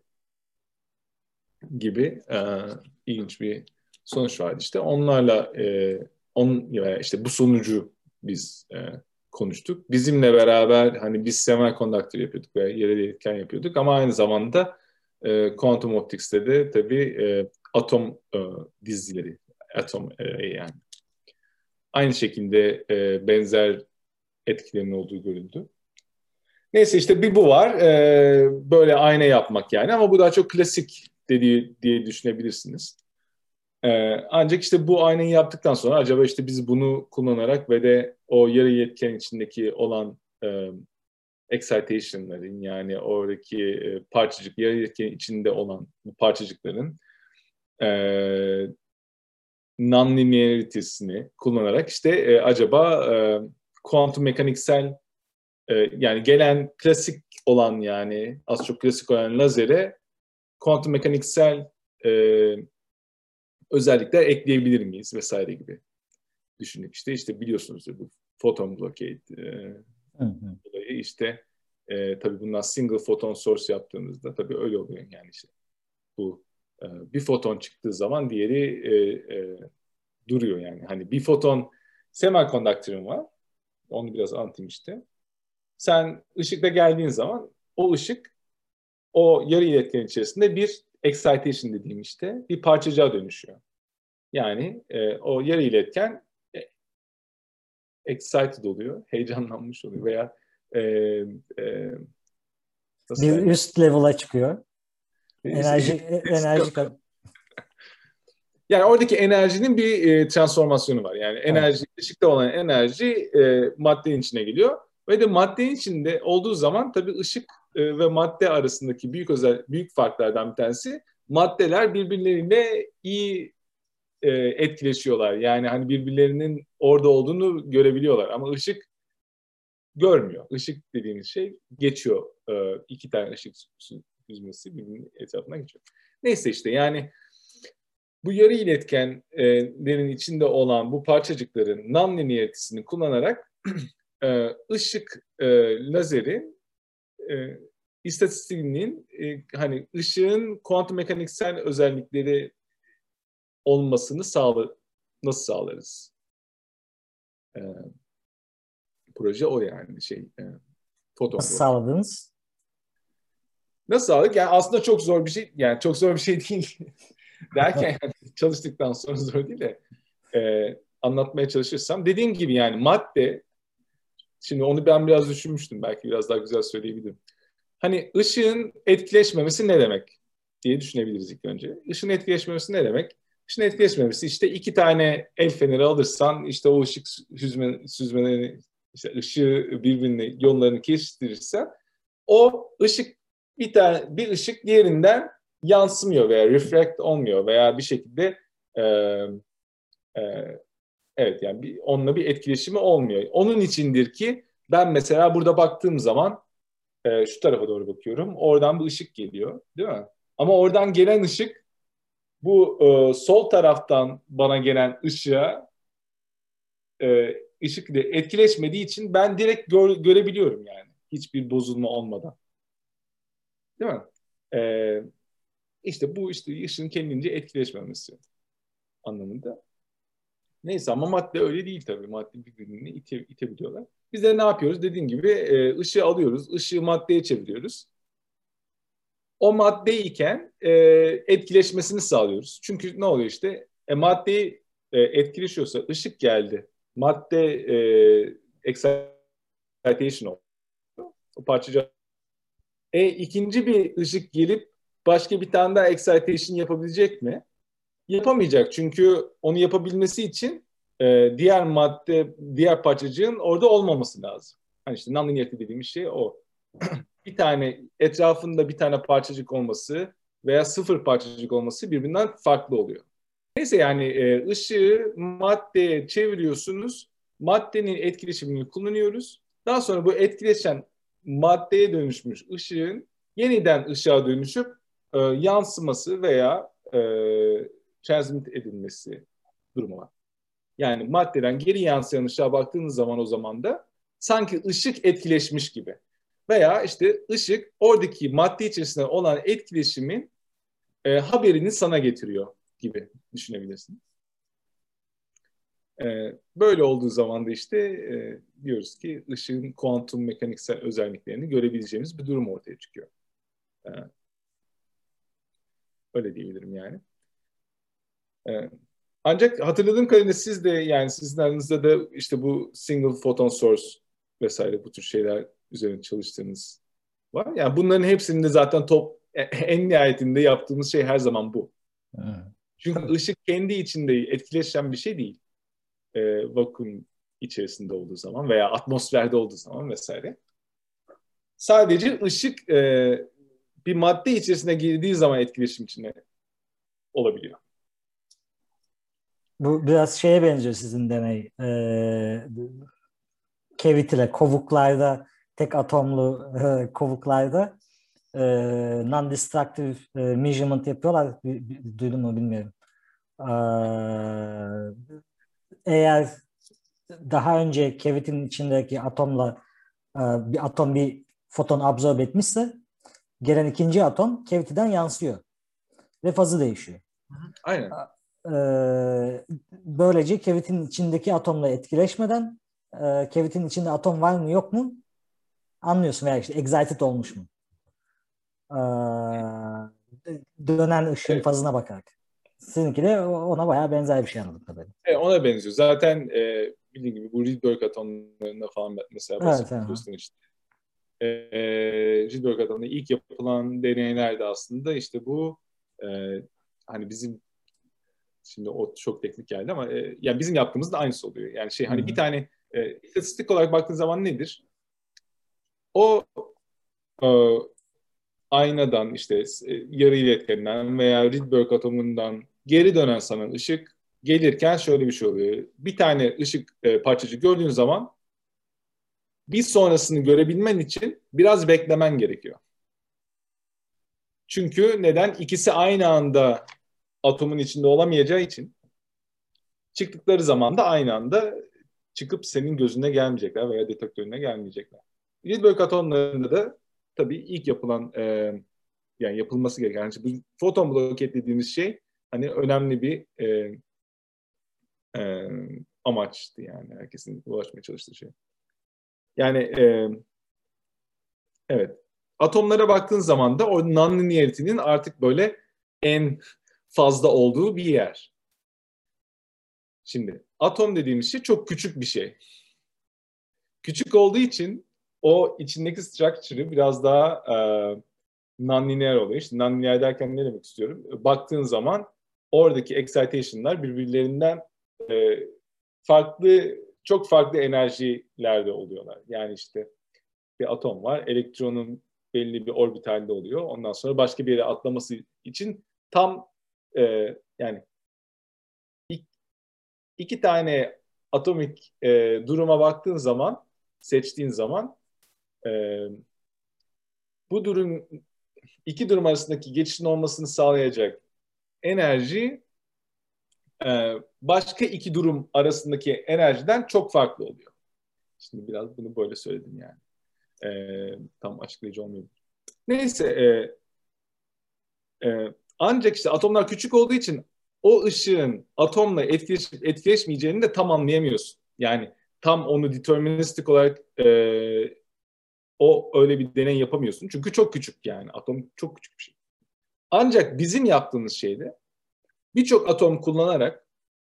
gibi e, ilginç bir sonuç vardı. İşte onlarla e, on, yani işte bu sonucu biz e, konuştuk. Bizimle beraber hani biz semiconductor yapıyorduk ve yarı iletken yapıyorduk ama aynı zamanda e, Quantum Optics'te de tabii e, atom e, dizileri, atom e, yani aynı şekilde e, benzer etkilerinin olduğu görüldü. Neyse işte bir bu var. E, böyle ayna yapmak yani ama bu daha çok klasik dediği diye düşünebilirsiniz. E, ancak işte bu aynayı yaptıktan sonra acaba işte biz bunu kullanarak ve de o yarı iletken içindeki olan e, excitation'ların yani oradaki e, parçacık yarı iletken içinde olan bu parçacıkların e, non-linearity'sini kullanarak işte e, acaba e, kuantum mekaniksel e, yani gelen klasik olan yani az çok klasik olan lazere kuantum mekaniksel e, özellikler ekleyebilir miyiz vesaire gibi düşündük işte. İşte biliyorsunuz bu photon blockade e, olayı işte e, tabii bundan single photon source yaptığımızda tabii öyle oluyor yani işte bu e, bir foton çıktığı zaman diğeri e, e, duruyor yani. Hani bir foton semiconductor'ın var. Onu biraz anlatayım işte. Sen ışıkla geldiğin zaman o ışık o yarı iletken içerisinde bir excitation dediğim işte bir parçacığa dönüşüyor. Yani e, o yarı iletken e, excited oluyor, heyecanlanmış oluyor veya e, e, nasıl bir derler? üst level'a çıkıyor. Enerji enerji Yani oradaki enerjinin bir e, transformasyonu var. Yani enerji, evet. ışıkta olan enerji e, maddenin içine geliyor. Ve de maddenin içinde olduğu zaman tabii ışık e, ve madde arasındaki büyük özel büyük farklardan bir tanesi maddeler birbirleriyle iyi e, etkileşiyorlar. Yani hani birbirlerinin orada olduğunu görebiliyorlar. Ama ışık görmüyor. Işık dediğimiz şey geçiyor. E, iki tane ışık süzmesi birbirinin etrafına geçiyor. Neyse işte yani bu yarı iletkenlerin içinde olan bu parçacıkların non-linearity'sini kullanarak ışık e, lazeri e, istatistiğinin e, hani ışığın kuantum mekaniksel özellikleri olmasını sağla, nasıl sağlarız? E, proje o yani şey e, foton. Nasıl sağladınız? Nasıl sağladık? Yani aslında çok zor bir şey. Yani çok zor bir şey değil. Derken yani çalıştıktan sonra zor değil de e, anlatmaya çalışırsam. Dediğim gibi yani madde, şimdi onu ben biraz düşünmüştüm. Belki biraz daha güzel söyleyebilirim. Hani ışığın etkileşmemesi ne demek diye düşünebiliriz ilk önce. Işığın etkileşmemesi ne demek? Işığın etkileşmemesi işte iki tane el feneri alırsan işte o ışık süzme, süzmelerini işte ışığı birbirine yollarını kesiştirirsen o ışık bir tane bir ışık diğerinden yansımıyor veya reflect olmuyor veya bir şekilde e, e, evet yani bir, onunla bir etkileşimi olmuyor. Onun içindir ki ben mesela burada baktığım zaman e, şu tarafa doğru bakıyorum. Oradan bir ışık geliyor, değil mi? Ama oradan gelen ışık bu e, sol taraftan bana gelen ışığa e, ışık ile etkileşmediği için ben direkt gör, görebiliyorum yani. Hiçbir bozulma olmadan. Değil mi? E, işte bu işte ışığın kendince etkileşmemesi anlamında. Neyse ama madde öyle değil tabii. Madde birbirini ite, itebiliyorlar. Biz de ne yapıyoruz? Dediğim gibi e, ışığı alıyoruz. Işığı maddeye çeviriyoruz. O maddeyken e, etkileşmesini sağlıyoruz. Çünkü ne oluyor işte? E, maddeyi e, etkileşiyorsa ışık geldi. Madde e, excitation oldu. O parçacık. E, ikinci bir ışık gelip başka bir tane daha excitation yapabilecek mi? Yapamayacak. Çünkü onu yapabilmesi için e, diğer madde, diğer parçacığın orada olmaması lazım. Hani işte non-linearity dediğimiz şey o. Bir tane etrafında bir tane parçacık olması veya sıfır parçacık olması birbirinden farklı oluyor. Neyse yani e, ışığı maddeye çeviriyorsunuz. Maddenin etkileşimini kullanıyoruz. Daha sonra bu etkileşen maddeye dönüşmüş ışığın yeniden ışığa dönüşüp e, yansıması veya e, transmit edilmesi durumu var. Yani maddeden geri yansıyan ışığa baktığınız zaman o zaman da sanki ışık etkileşmiş gibi. Veya işte ışık oradaki madde içerisinde olan etkileşimin e, haberini sana getiriyor gibi düşünebilirsin. E, böyle olduğu zaman da işte e, diyoruz ki ışığın kuantum mekaniksel özelliklerini görebileceğimiz bir durum ortaya çıkıyor. E, öyle diyebilirim yani. E, ancak hatırladığım kadarıyla siz de yani sizin aranızda da işte bu single photon source vesaire bu tür şeyler üzerine çalıştığınız var. Yani bunların hepsinin de zaten top en nihayetinde yaptığımız şey her zaman bu. Evet. Çünkü Tabii. ışık kendi içinde etkileşen bir şey değil. E, vakum içerisinde olduğu zaman veya atmosferde olduğu zaman vesaire. Sadece ışık e, bir madde içerisine girdiği zaman etkileşim içinde olabiliyor. Bu biraz şeye benziyor sizin deney. Ee, Cavity'le, kovuklarda, tek atomlu e, kovuklarda e, non-destructive e, measurement yapıyorlar. Bir, bir, duydun mu bilmiyorum. Ee, eğer daha önce cavity'nin içindeki atomla e, bir atom bir foton absorbe etmişse gelen ikinci atom cavity'den yansıyor ve fazı değişiyor. Aynen. Ee, böylece cavity'nin içindeki atomla etkileşmeden e, cavity'nin içinde atom var mı yok mu anlıyorsun veya işte excited olmuş mu? Ee, dönen ışığın Evet. fazına bakarak. Sizinki de ona bayağı benzer bir şey anladım kadarıyla. Evet, ona benziyor. Zaten e, bildiğin gibi bu Rydberg atomlarında falan mesela Evet, evet. bahsediyorsun işte. E, Rydberg atomunda ilk yapılan deneylerde aslında işte bu e, hani bizim şimdi o çok teknik geldi ama e, yani bizim yaptığımız da aynısı oluyor. Yani şey hani Hı-hı. bir tane e, istatistik olarak baktığın zaman nedir? O e, aynadan işte e, yarı iletkeninden veya Rydberg atomundan geri dönen sana ışık gelirken şöyle bir şey oluyor. Bir tane ışık e, parçacığı gördüğün zaman bir sonrasını görebilmen için biraz beklemen gerekiyor. Çünkü neden? İkisi aynı anda atomun içinde olamayacağı için çıktıkları zaman da aynı anda çıkıp senin gözüne gelmeyecekler veya detektörüne gelmeyecekler. Rydberg atomlarında da tabii ilk yapılan e, yani yapılması gereken yani bu foton bloket dediğimiz şey hani önemli bir e, e, amaçtı yani herkesin ulaşmaya çalıştığı şey. Yani e, evet atomlara baktığın zaman da o non-linearity'nin artık böyle en fazla olduğu bir yer. Şimdi atom dediğimiz şey çok küçük bir şey. Küçük olduğu için o içindeki structure'ı biraz daha e, non-linear oluyor. İşte non-linear derken ne demek istiyorum? Baktığın zaman oradaki excitation'lar birbirlerinden e, farklı, çok farklı enerjilerde oluyorlar. Yani işte bir atom var, elektronun belli bir orbitalde oluyor. Ondan sonra başka bir yere atlaması için tam e, yani iki, iki tane atomik e, duruma baktığın zaman, seçtiğin zaman e, bu durum iki durum arasındaki geçişin olmasını sağlayacak enerji e, başka iki durum arasındaki enerjiden çok farklı oluyor. Şimdi biraz bunu böyle söyledim yani. E, tam açıklayıcı olmuyor. Neyse e, e, ancak işte atomlar küçük olduğu için o ışığın atomla etkileşip etkileşmeyeceğini de tam anlayamıyorsun. Yani tam onu deterministik olarak e, o öyle bir deney yapamıyorsun. Çünkü çok küçük yani. Atom çok küçük bir şey. Ancak bizim yaptığımız şeyde birçok atom kullanarak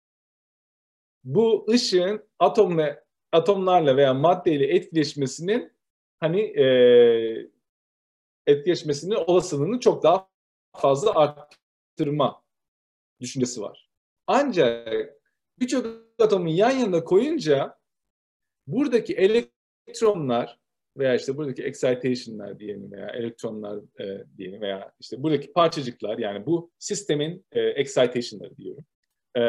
bu ışığın atomla atomlarla veya maddeyle etkileşmesinin hani e, etkileşmesinin olasılığını çok daha fazla arttırma düşüncesi var. Ancak birçok atomu yan yana koyunca buradaki elektronlar veya işte buradaki excitation'lar diyelim veya elektronlar e, diyelim veya işte buradaki parçacıklar yani bu sistemin e, excitation'ları diyorum. E,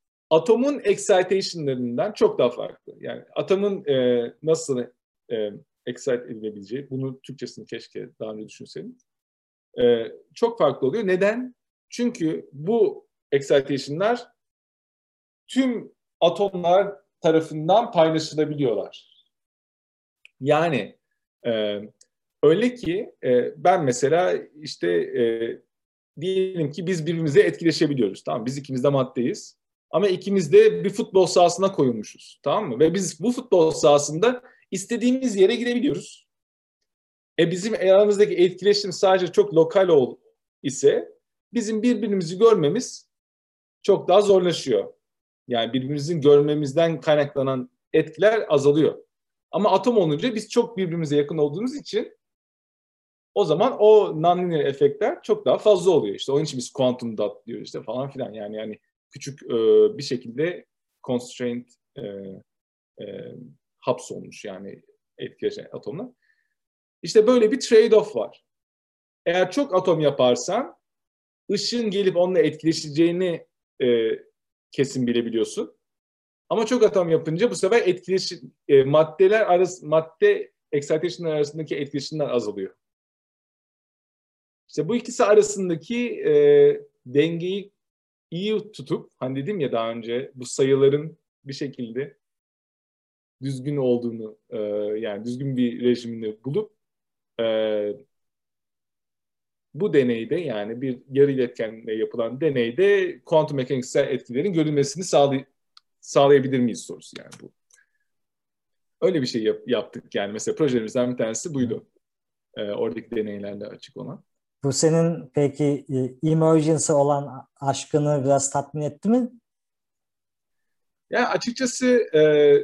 atomun excitation'larından çok daha farklı. Yani atomun e, nasıl e, excite edilebileceği, bunu Türkçesini keşke daha önce düşünseydim. E, çok farklı oluyor. Neden? Çünkü bu excitation'lar tüm atomlar tarafından paylaşılabiliyorlar. Yani e, öyle ki e, ben mesela işte e, diyelim ki biz birbirimize etkileşebiliyoruz. Tamam, biz ikimiz de maddeyiz. Ama ikimiz de bir futbol sahasına koyulmuşuz. Tamam mı? Ve biz bu futbol sahasında istediğimiz yere girebiliyoruz. E bizim aramızdaki etkileşim sadece çok lokal ol ise bizim birbirimizi görmemiz çok daha zorlaşıyor. Yani birbirimizin görmemizden kaynaklanan etkiler azalıyor. Ama atom olunca biz çok birbirimize yakın olduğumuz için o zaman o non-linear efektler çok daha fazla oluyor. İşte onun için biz quantum dot diyoruz işte falan filan. Yani yani küçük e, bir şekilde constraint e, e, hapsolmuş yani etkileşen atomlar. İşte böyle bir trade-off var. Eğer çok atom yaparsan ışığın gelip onunla etkileşeceğini e, kesin bilebiliyorsun. Ama çok atom yapınca bu sefer etkileşim e, maddeler arası madde excitation'lar arasındaki etkileşimler azalıyor. İşte bu ikisi arasındaki e, dengeyi iyi tutup, hani dedim ya daha önce, bu sayıların bir şekilde düzgün olduğunu, e, yani düzgün bir rejimini bulup e, bu deneyde, yani bir yarı iletkenle yapılan deneyde kuantum mekaniksel etkilerin görülmesini sağlay sağlayabilir miyiz sorusu yani bu. Öyle bir şey yap yaptık yani. Mesela projelerimizden bir tanesi buydu. E, oradaki deneylerle açık olan. Bu senin peki emergency olan aşkını biraz tatmin etti mi? Yani açıkçası e,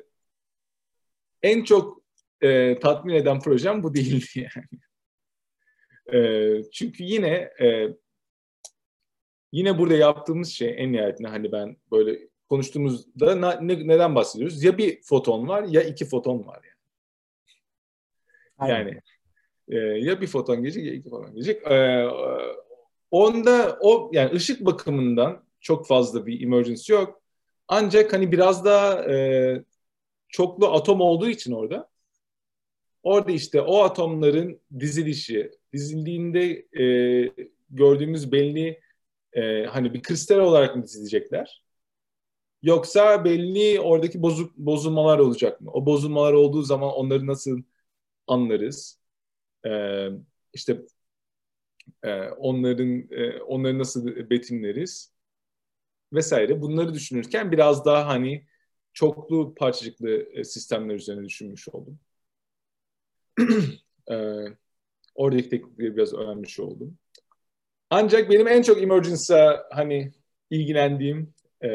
en çok e, tatmin eden projem bu değildi yani. E, çünkü yine e, yine burada yaptığımız şey en nihayetinde, hani ben böyle konuştuğumuzda ne, neden bahsediyoruz? Ya bir foton var ya iki foton var yani. Aynen. Yani e, ya bir foton gelecek ya iki foton gelecek. E, onda o yani ışık bakımından çok fazla bir emergency yok. Ancak hani biraz daha e, çoklu atom olduğu için orada orada işte o atomların dizilişi, dizildiğinde e, gördüğümüz belli e, hani bir kristal olarak mı dizilecekler? Yoksa belli oradaki bozuk bozulmalar olacak mı? O bozulmalar olduğu zaman onları nasıl anlarız? E, işte e, onların e, onları nasıl betimleriz? Vesaire. Bunları düşünürken biraz daha hani çoklu parçacıklı e, sistemler üzerine düşünmüş oldum. e, Oradaki teknikleri biraz öğrenmiş oldum. Ancak benim en çok emergence'a hani ilgilendiğim, e,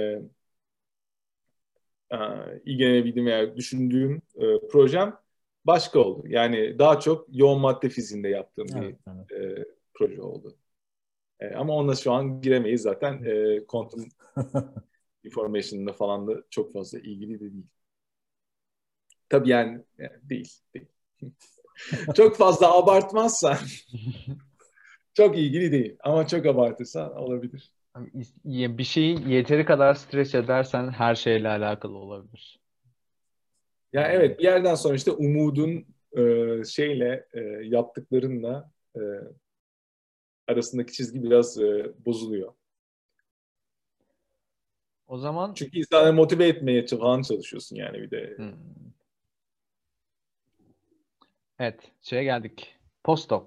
e, ilgilenebildiğim veya düşündüğüm e, projem başka oldu. Yani daha çok yoğun madde fiziğinde yaptığım Evet, bir evet. e, proje oldu. E, ama onunla şu an giremeyiz zaten. E, quantum information'la falan da çok fazla ilgili de değil. Tabii yani, yani değil. değil. Çok fazla abartmazsan çok ilgili değil. Ama çok abartırsan olabilir. Bir şeyi yeteri kadar stres edersen her şeyle alakalı olabilir. Ya evet, bir yerden sonra işte umudun e, şeyle e, yaptıklarınla e, arasındaki çizgi biraz e, bozuluyor. O zaman Çünkü insanları motive etmeye falan çalışıyorsun yani bir de. hmm. Evet, şeye geldik. Postdoc.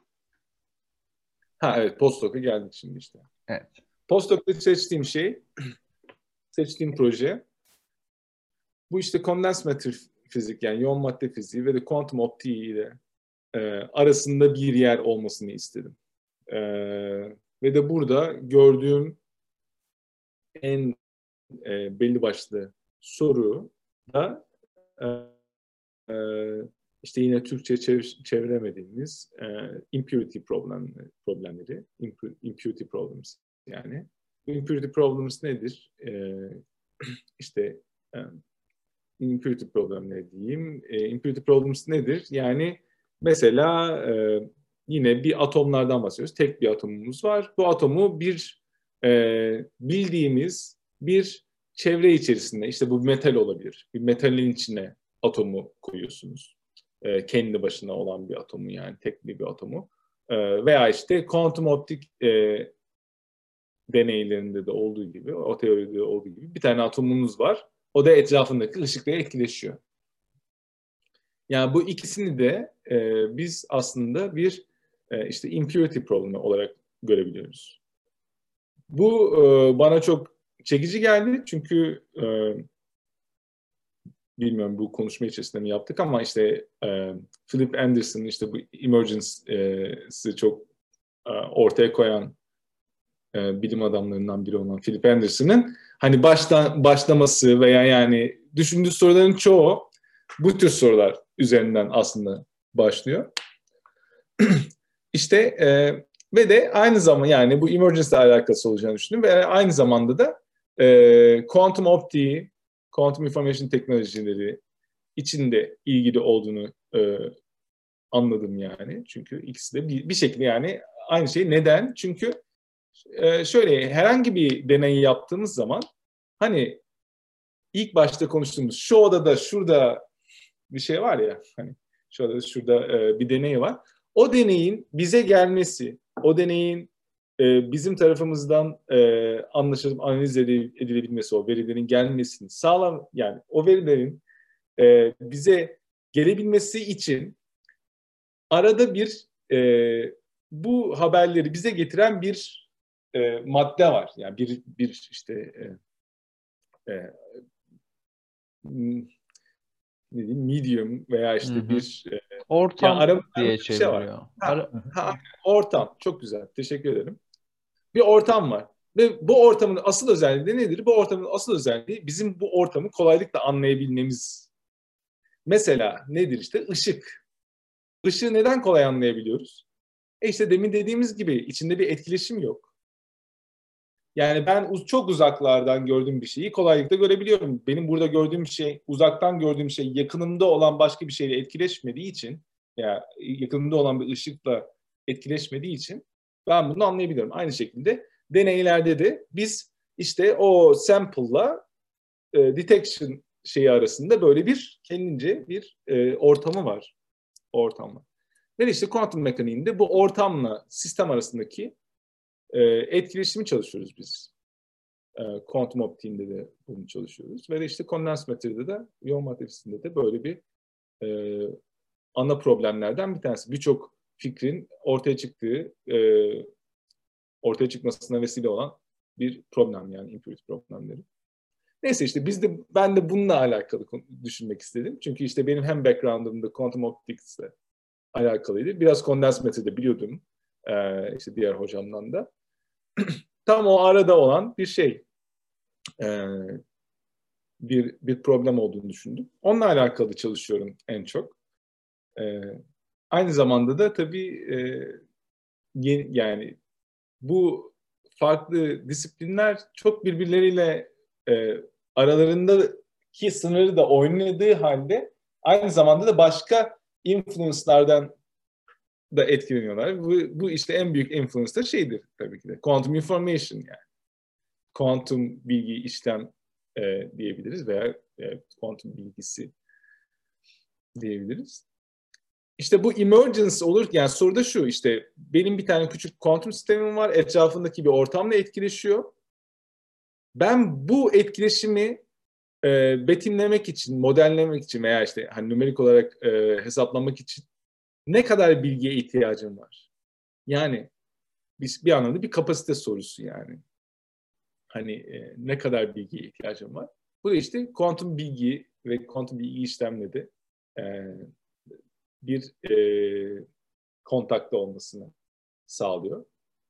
Ha evet, postdoc'a geldik şimdi işte. Evet. Postdoc'ta seçtiğim şey, seçtiğim proje bu işte condensed matter fizik, yani yoğun madde fiziği ve de kuantum optiği ile e, arasında bir yer olmasını istedim. E, ve de burada gördüğüm en e, belli başlı soru da e, e, işte yine Türkçe çev- çeviremediğimiz e, impurity problem, problemleri, impurity problems yani. Bu impurity problems nedir? E, işte e, impurity problemleri diyeyim. E, impurity problems nedir? Yani mesela e, yine bir atomlardan bahsediyoruz. Tek bir atomumuz var. Bu atomu bir e, bildiğimiz bir çevre içerisinde, işte bu metal olabilir. Bir metalin içine atomu koyuyorsunuz. E, kendi başına olan bir atomu, yani tek bir atomu. E, veya işte kuantum optik e, deneylerinde de olduğu gibi, o teoride olduğu gibi bir tane atomunuz var. O da etrafındaki ışıkla etkileşiyor. Yani bu ikisini de e, biz aslında bir e, işte impurity problemi olarak görebiliyoruz. Bu e, bana çok çekici geldi çünkü e, bilmiyorum bu konuşma içerisinde mi yaptık ama işte e, Philip Anderson'ın işte bu emergence'ı çok e, ortaya koyan e, bilim adamlarından biri olan Philip Anderson'ın hani baştan başlaması veya yani düşündüğü soruların çoğu bu tür sorular üzerinden aslında başlıyor. İşte e, ve de aynı zaman yani bu emergence ile alakası olacağını düşündüm ve aynı zamanda da e, kuantum optiği, quantum information teknolojileri içinde ilgili olduğunu e, anladım yani. Çünkü ikisi de bir, bir şekilde yani aynı şey. Neden? Çünkü e, şöyle herhangi bir deneyi yaptığımız zaman hani ilk başta konuştuğumuz şu odada şurada bir şey var ya hani şu odada şurada e, bir deney var. O deneyin bize gelmesi, o deneyin e, bizim tarafımızdan e, anlaşılıp analiz edilebilmesi, o verilerin gelmesini sağlam yani o verilerin e, bize gelebilmesi için arada bir e, bu haberleri bize getiren bir e, madde var. Yani bir bir işte e, e, ne diyeyim, medium veya işte Hı hı. bir e, Ortam yani arada diye bir şey var. çeviriyor. Ha, Ara- ha, ortam. Çok güzel. Teşekkür ederim. Bir ortam var. Ve bu ortamın asıl özelliği de nedir? Bu ortamın asıl özelliği bizim bu ortamı kolaylıkla anlayabilmemiz. Mesela nedir işte? Işık. Işığı neden kolay anlayabiliyoruz? E işte demin dediğimiz gibi içinde bir etkileşim yok. Yani ben çok uzaklardan gördüğüm bir şeyi kolaylıkla görebiliyorum. Benim burada gördüğüm şey, uzaktan gördüğüm şey yakınımda olan başka bir şeyle etkileşmediği için, yani yakınımda olan bir ışıkla etkileşmediği için ben bunu anlayabiliyorum. Aynı şekilde deneylerde de biz işte o sample'la e, detection şeyi arasında böyle bir kendince bir e, ortamı var. Ortam var. Ve işte kuantum mekaniğinde bu ortamla sistem arasındaki e, etkileşimi çalışıyoruz biz. Kuantum optiğinde de bunu çalışıyoruz. Ve de işte kondens materyede de, iyon materyasında de böyle bir e, ana problemlerden bir tanesi. Birçok fikrin ortaya çıktığı, e, ortaya çıkmasına vesile olan bir problem yani impurity problemleri. Neyse işte biz de ben de bununla alakalı düşünmek istedim. Çünkü işte benim hem background'ımda quantum optics'le alakalıydı. Biraz kondens materyede biliyordum. E, işte diğer hocamdan da. Tam o arada olan bir şey. E, bir bir problem olduğunu düşündüm. Onunla alakalı çalışıyorum en çok. E, aynı zamanda da tabii e, yeni, yani bu farklı disiplinler çok birbirleriyle e, aralarındaki sınırı da oynadığı halde aynı zamanda da başka influence'lardan da etkileniyorlar. Bu, bu işte en büyük influence da şeydir tabii ki de. Quantum information yani. Kuantum bilgi işlem e, diyebiliriz veya e, kuantum bilgisi diyebiliriz. İşte bu emergence olur, yani soruda şu işte benim bir tane küçük kuantum sistemim var, etrafındaki bir ortamla etkileşiyor. Ben bu etkileşimi e, betimlemek için, modellemek için veya işte hani numerik olarak e, hesaplamak için ne kadar bilgiye ihtiyacım var? Yani bir, bir anlamda bir kapasite sorusu yani. Hani e, ne kadar bilgiye ihtiyacım var? Bu da işte kuantum bilgi ve kuantum bilgi işlemleri e, bir e, kontakta olmasını sağlıyor.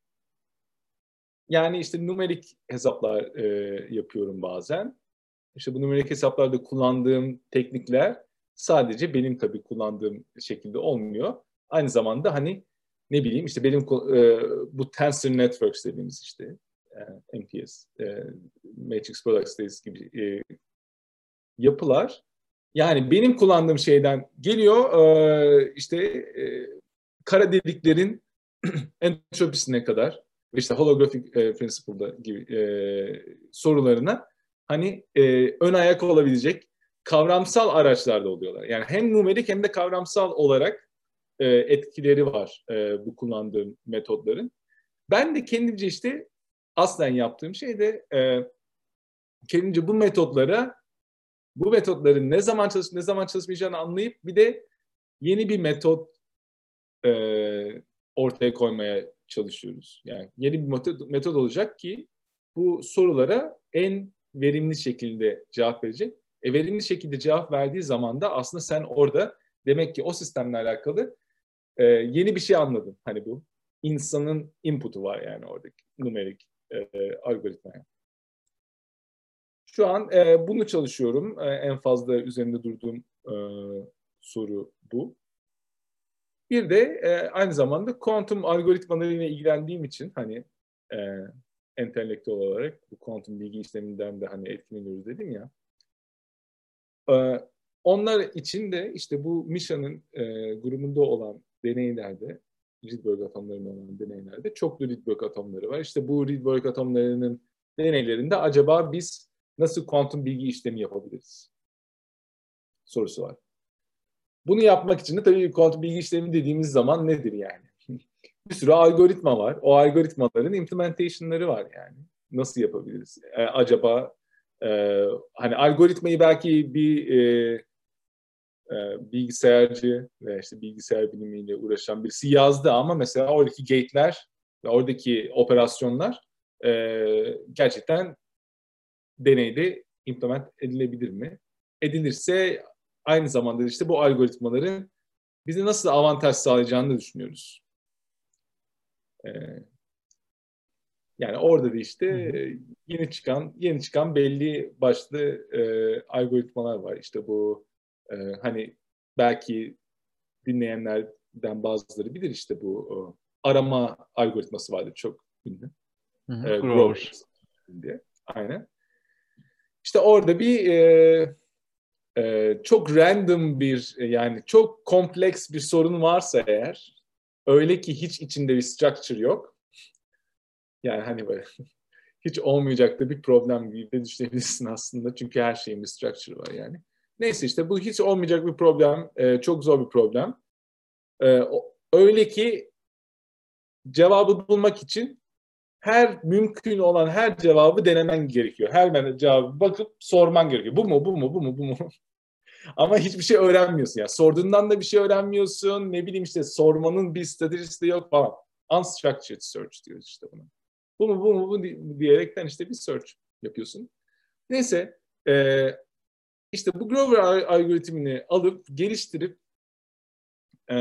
Yani işte numerik hesaplar e, yapıyorum bazen. İşte bu numerik hesaplarda kullandığım teknikler sadece benim tabii kullandığım şekilde olmuyor. Aynı zamanda hani ne bileyim işte benim e, bu tensor networks dediğimiz işte e, M P S, e, Matrix Product Space gibi e, yapılar. Yani benim kullandığım şeyden geliyor e, işte e, kara deliklerin entropisine kadar işte holographic e, principle'da gibi e, sorularına hani e, ön ayak olabilecek kavramsal araçlarda oluyorlar. Yani hem numerik hem de kavramsal olarak e, etkileri var e, bu kullandığım metotların. Ben de kendimce işte aslen yaptığım şey de e, kendimce bu metotlara, bu metotların ne zaman çalışıp ne zaman çalışmayacağını anlayıp bir de yeni bir metot e, ortaya koymaya çalışıyoruz. Yani yeni bir metot, metot olacak ki bu sorulara en verimli şekilde cevap verecek. E, verimli şekilde cevap verdiği zaman da aslında sen orada demek ki o sistemle alakalı e, yeni bir şey anladın. Hani bu insanın input'u var yani oradaki numerik e, algoritmaya. Şu an e, bunu çalışıyorum. E, en fazla üzerinde durduğum e, soru bu. Bir de e, aynı zamanda kuantum algoritmalarıyla ilgilendiğim için hani e, entelektüel olarak bu kuantum bilgi işleminden de hani etkileniyoruz dedim ya. E, onlar için de işte bu Misha'nın e, grubunda olan deneylerde, Rydberg atomlarının olan deneylerde çoklu Rydberg atomları var. İşte bu Rydberg atomlarının deneylerinde acaba biz nasıl kuantum bilgi işlemi yapabiliriz sorusu var. Bunu yapmak için de tabii kuantum bilgi işlemi dediğimiz zaman nedir yani? Bir sürü algoritma var. O algoritmaların implementation'ları var yani. Nasıl yapabiliriz? Ee, acaba e, hani algoritmayı belki bir e, e, bilgisayarcı ve işte bilgisayar bilimiyle uğraşan birisi yazdı ama mesela oradaki gate'ler ve oradaki operasyonlar e, gerçekten deneyde implement edilebilir mi? Edilirse aynı zamanda işte bu algoritmaların bize nasıl avantaj sağlayacağını da düşünüyoruz. Ee, yani orada da işte Hı hı. yeni çıkan yeni çıkan belli başlı e, algoritmalar var. İşte bu e, hani belki dinleyenlerden bazıları bilir işte bu o, arama algoritması vardır çok ünlü. Hı hı. E, Grover. Grover diye. Aynen. İşte orada bir e, e, çok random bir yani çok kompleks bir sorun varsa eğer öyle ki hiç içinde bir structure yok. Yani hani böyle hiç olmayacak da bir problem gibi de düşünebilirsin aslında. Çünkü her şeyin bir structure var yani. Neyse işte bu hiç olmayacak bir problem. E, çok zor bir problem. E, öyle ki cevabı bulmak için her mümkün olan her cevabı denemen gerekiyor. Her cevabı bakıp sorman gerekiyor. Bu mu, bu mu, bu mu, bu mu? Ama hiçbir şey öğrenmiyorsun. Yani sorduğundan da bir şey öğrenmiyorsun. Ne bileyim işte sormanın bir stratejisi de yok falan. Unstructured search diyoruz işte buna. Bu mu, bu mu, bu diyerekten işte bir search yapıyorsun. Neyse e, işte bu Grover algoritmini alıp geliştirip e,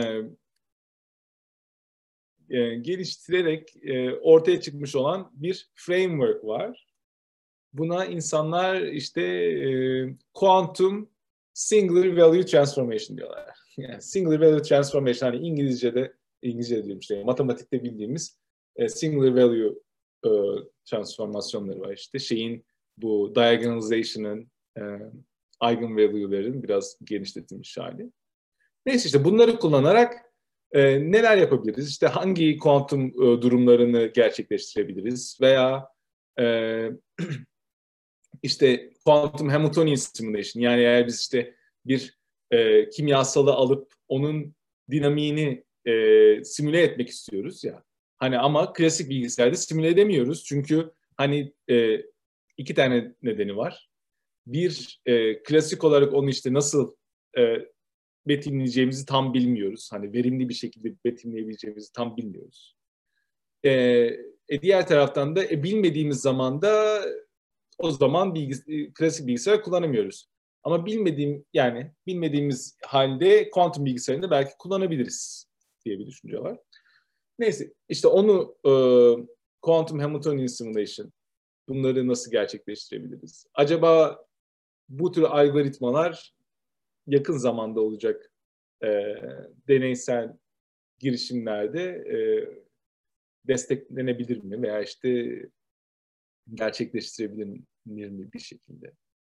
e, geliştirerek e, ortaya çıkmış olan bir framework var. Buna insanlar işte e, quantum singular value transformation diyorlar. Yani singular value transformation hani İngilizce'de İngilizce diyorum işte matematikte bildiğimiz e, singular value e, transformasyonları var işte şeyin bu diagonalization'ın e, eigenvalue'lerin biraz genişletilmiş hali. Neyse işte bunları kullanarak e, neler yapabiliriz? İşte hangi kuantum e, durumlarını gerçekleştirebiliriz veya e, işte quantum Hamiltonian simulation yani eğer biz işte bir e, kimyasalı alıp onun dinamiğini e, simüle etmek istiyoruz ya. Hani ama klasik bilgisayarda simüle edemiyoruz çünkü hani e, iki tane nedeni var. Bir e, klasik olarak onu işte nasıl e, betimleyeceğimizi tam bilmiyoruz. Hani verimli bir şekilde betimleyebileceğimizi tam bilmiyoruz. E, e, diğer taraftan da e, bilmediğimiz zaman da o zaman bilgis klasik bilgisayar kullanamıyoruz. Ama bilmediğim yani bilmediğimiz halde kuantum bilgisayarını belki kullanabiliriz diye bir düşünce var. Neyse işte onu e, Quantum Hamiltonian Simulation bunları nasıl gerçekleştirebiliriz? Acaba bu tür algoritmalar yakın zamanda olacak e, deneysel girişimlerde e, desteklenebilir mi veya işte gerçekleştirebilir mi bir şekilde?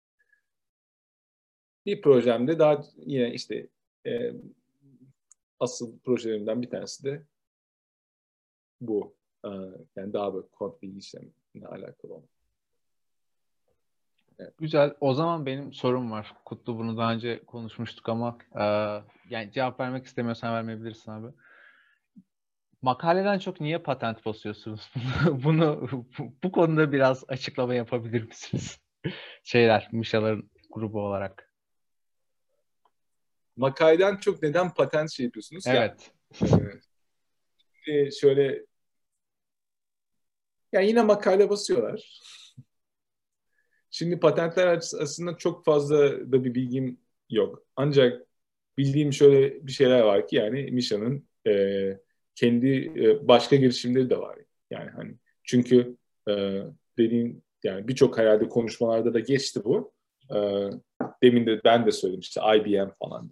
Bir projemde daha yine işte e, asıl projelerimden bir tanesi de bu. E, yani daha böyle kont bilgi işlemine alakalı olan. Güzel. O zaman benim sorum var. Kutlu, bunu daha önce konuşmuştuk ama e, yani cevap vermek istemiyorsan vermeyebilirsin abi. Makaleden çok niye patent basıyorsunuz? Bunu bu, bu konuda biraz açıklama yapabilir misiniz? Şeyler, Misha'ların grubu olarak. Makaleden çok neden patent şey yapıyorsunuz? Ya Evet. e, şöyle, yani yine makale basıyorlar. Şimdi patentler aslında çok fazla da bir bilgim yok. Ancak bildiğim şöyle bir şeyler var ki, yani Misha'nın e, kendi e, başka girişimleri de var. Yani hani çünkü e, dediğim, yani birçok herhalde konuşmalarda da geçti bu. E, demin de ben de söyledim, işte I B M falan.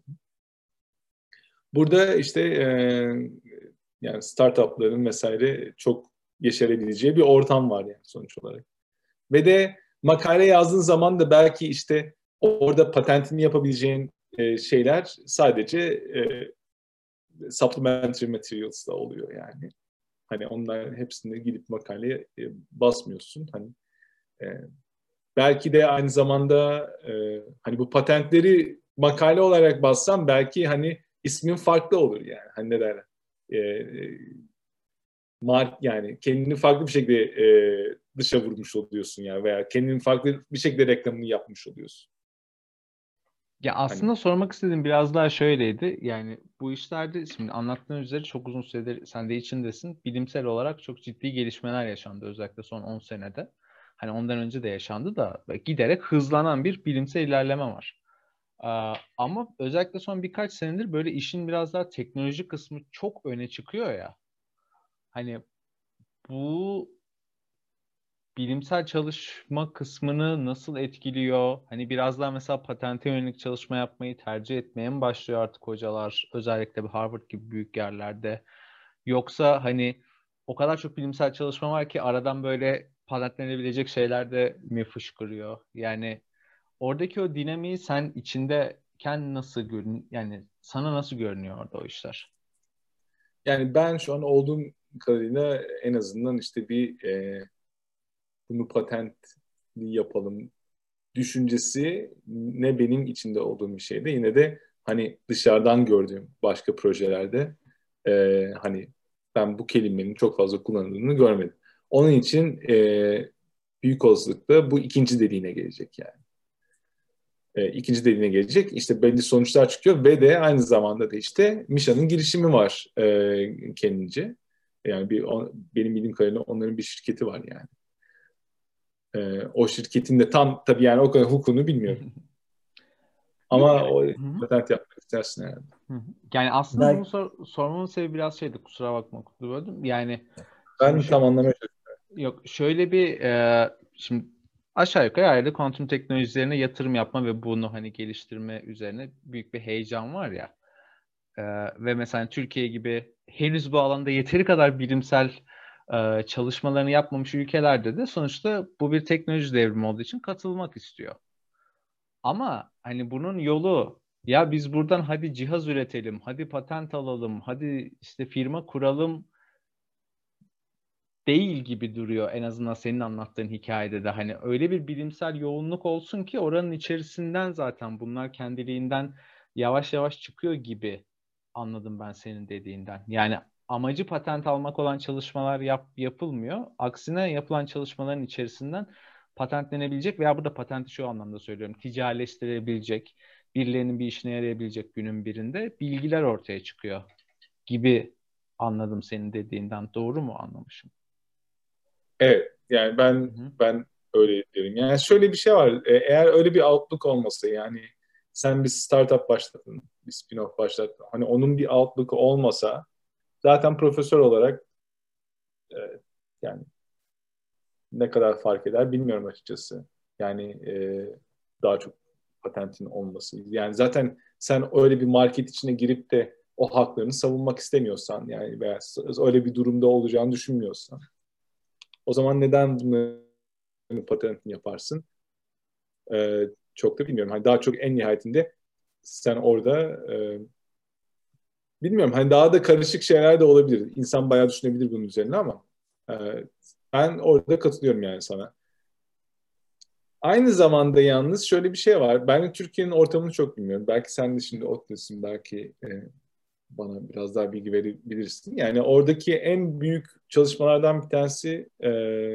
Burada işte e, yani startupların vesaire çok yeşerebileceği bir ortam var yani sonuç olarak. Ve de makale yazdığın zaman da belki işte orada patentini yapabileceğin e, şeyler sadece e, supplementary materials da oluyor yani. Hani onlar hepsini gidip makaleye e, basmıyorsun. Hani e, belki de aynı zamanda e, hani bu patentleri makale olarak bassam belki hani ismin farklı olur yani. Hani ne derler? E, e, mark yani kendini farklı bir şekilde e, dışa vurmuş oluyorsun yani, veya kendini farklı bir şekilde reklamını yapmış oluyorsun. Ya Hani aslında sormak istediğim biraz daha şöyleydi. Yani bu işlerde şimdi anlattığın üzere çok uzun süredir sen de içindesin. Bilimsel olarak çok ciddi gelişmeler yaşandı özellikle son on senede. Hani ondan önce de yaşandı da giderek hızlanan bir bilimsel ilerleme var. Aa, ama özellikle son birkaç senedir böyle işin biraz daha teknoloji kısmı çok öne çıkıyor ya. Hani bu bilimsel çalışma kısmını nasıl etkiliyor? Hani biraz daha mesela patente yönelik çalışma yapmayı tercih etmeye mi başlıyor artık hocalar? Özellikle bir Harvard gibi büyük yerlerde. Yoksa hani o kadar çok bilimsel çalışma var ki aradan böyle patentlenebilecek şeyler de mi fışkırıyor? Yani oradaki o dinamiği sen içindeyken nasıl görün, yani sana nasıl görünüyor orada o işler? yani ben şu an olduğum kadarıyla en azından işte bir e, bunu patentli yapalım düşüncesi ne benim içinde olduğum bir şeyde, yine de hani dışarıdan gördüğüm başka projelerde e, hani ben bu kelimenin çok fazla kullanıldığını görmedim. Onun için e, büyük olasılıkla bu ikinci dediğine gelecek yani. E, ikinci dediğine gelecek. İşte belli sonuçlar çıkıyor ve de aynı zamanda da işte Misha'nın girişimi var e, kendince. Yani bir o, benim bildiğim kadarıyla onların bir şirketi var yani. E, o şirketin de tam tabii yani o kadar hukukunu bilmiyorum. Yok Ama yani. o Hı hı. patent yapmak istersin herhalde. Hı hı. Yani aslında bunu Belki, sor, sormamın sebebi biraz şeydi. Kusura bakma, Kutlu, böldüm. Yani şimdi Ben şu, tam anlamaya çalışıyorum. yok şöyle bir e, şimdi aşağı yukarı herhalde kuantum teknolojilerine yatırım yapma ve bunu hani geliştirme üzerine büyük bir heyecan var ya. E, ve mesela Türkiye gibi henüz bu alanda yeteri kadar bilimsel e, çalışmalarını yapmamış ülkelerde de sonuçta bu bir teknoloji devrimi olduğu için katılmak istiyor. Ama hani bunun yolu, ya biz buradan hadi cihaz üretelim, hadi patent alalım, hadi işte firma kuralım değil gibi duruyor, en azından senin anlattığın hikayede de. Hani öyle bir bilimsel yoğunluk olsun ki oranın içerisinden zaten bunlar kendiliğinden yavaş yavaş çıkıyor gibi anladım ben senin dediğinden. Yani amacı patent almak olan çalışmalar yap, yapılmıyor. Aksine yapılan çalışmaların içerisinden patentlenebilecek veya burada patenti şu anlamda söylüyorum, ticaretleştirebilecek, birilerinin bir işine yarayabilecek günün birinde bilgiler ortaya çıkıyor gibi anladım senin dediğinden. Doğru mu anlamışım? Evet, yani Hı ben hı. ben öyle diyorum. Yani şöyle bir şey var. E, Eğer öyle bir outlook olmasa, yani sen bir startup başlattın, bir spin-off başlattın. Hani onun bir outlook'u olmasa zaten profesör olarak e, yani ne kadar fark eder bilmiyorum açıkçası. Yani e, daha çok patentin olması. Yani zaten sen öyle bir market içine girip de o haklarını savunmak istemiyorsan, yani veya öyle bir durumda olacağını düşünmüyorsan, o zaman neden bunların patentini yaparsın? E, çok da bilmiyorum. Hani daha çok en nihayetinde sen orada e, bilmiyorum. Hani daha da karışık şeyler de olabilir. İnsan bayağı düşünebilir bunun üzerine ama e, ben orada katılıyorum yani sana. Aynı zamanda yalnız şöyle bir şey var. Ben de Türkiye'nin ortamını çok bilmiyorum. Belki sen de şimdi ODTÜ'sün, belki e, bana biraz daha bilgi verebilirsin. Yani oradaki en büyük çalışmalardan bir tanesi e,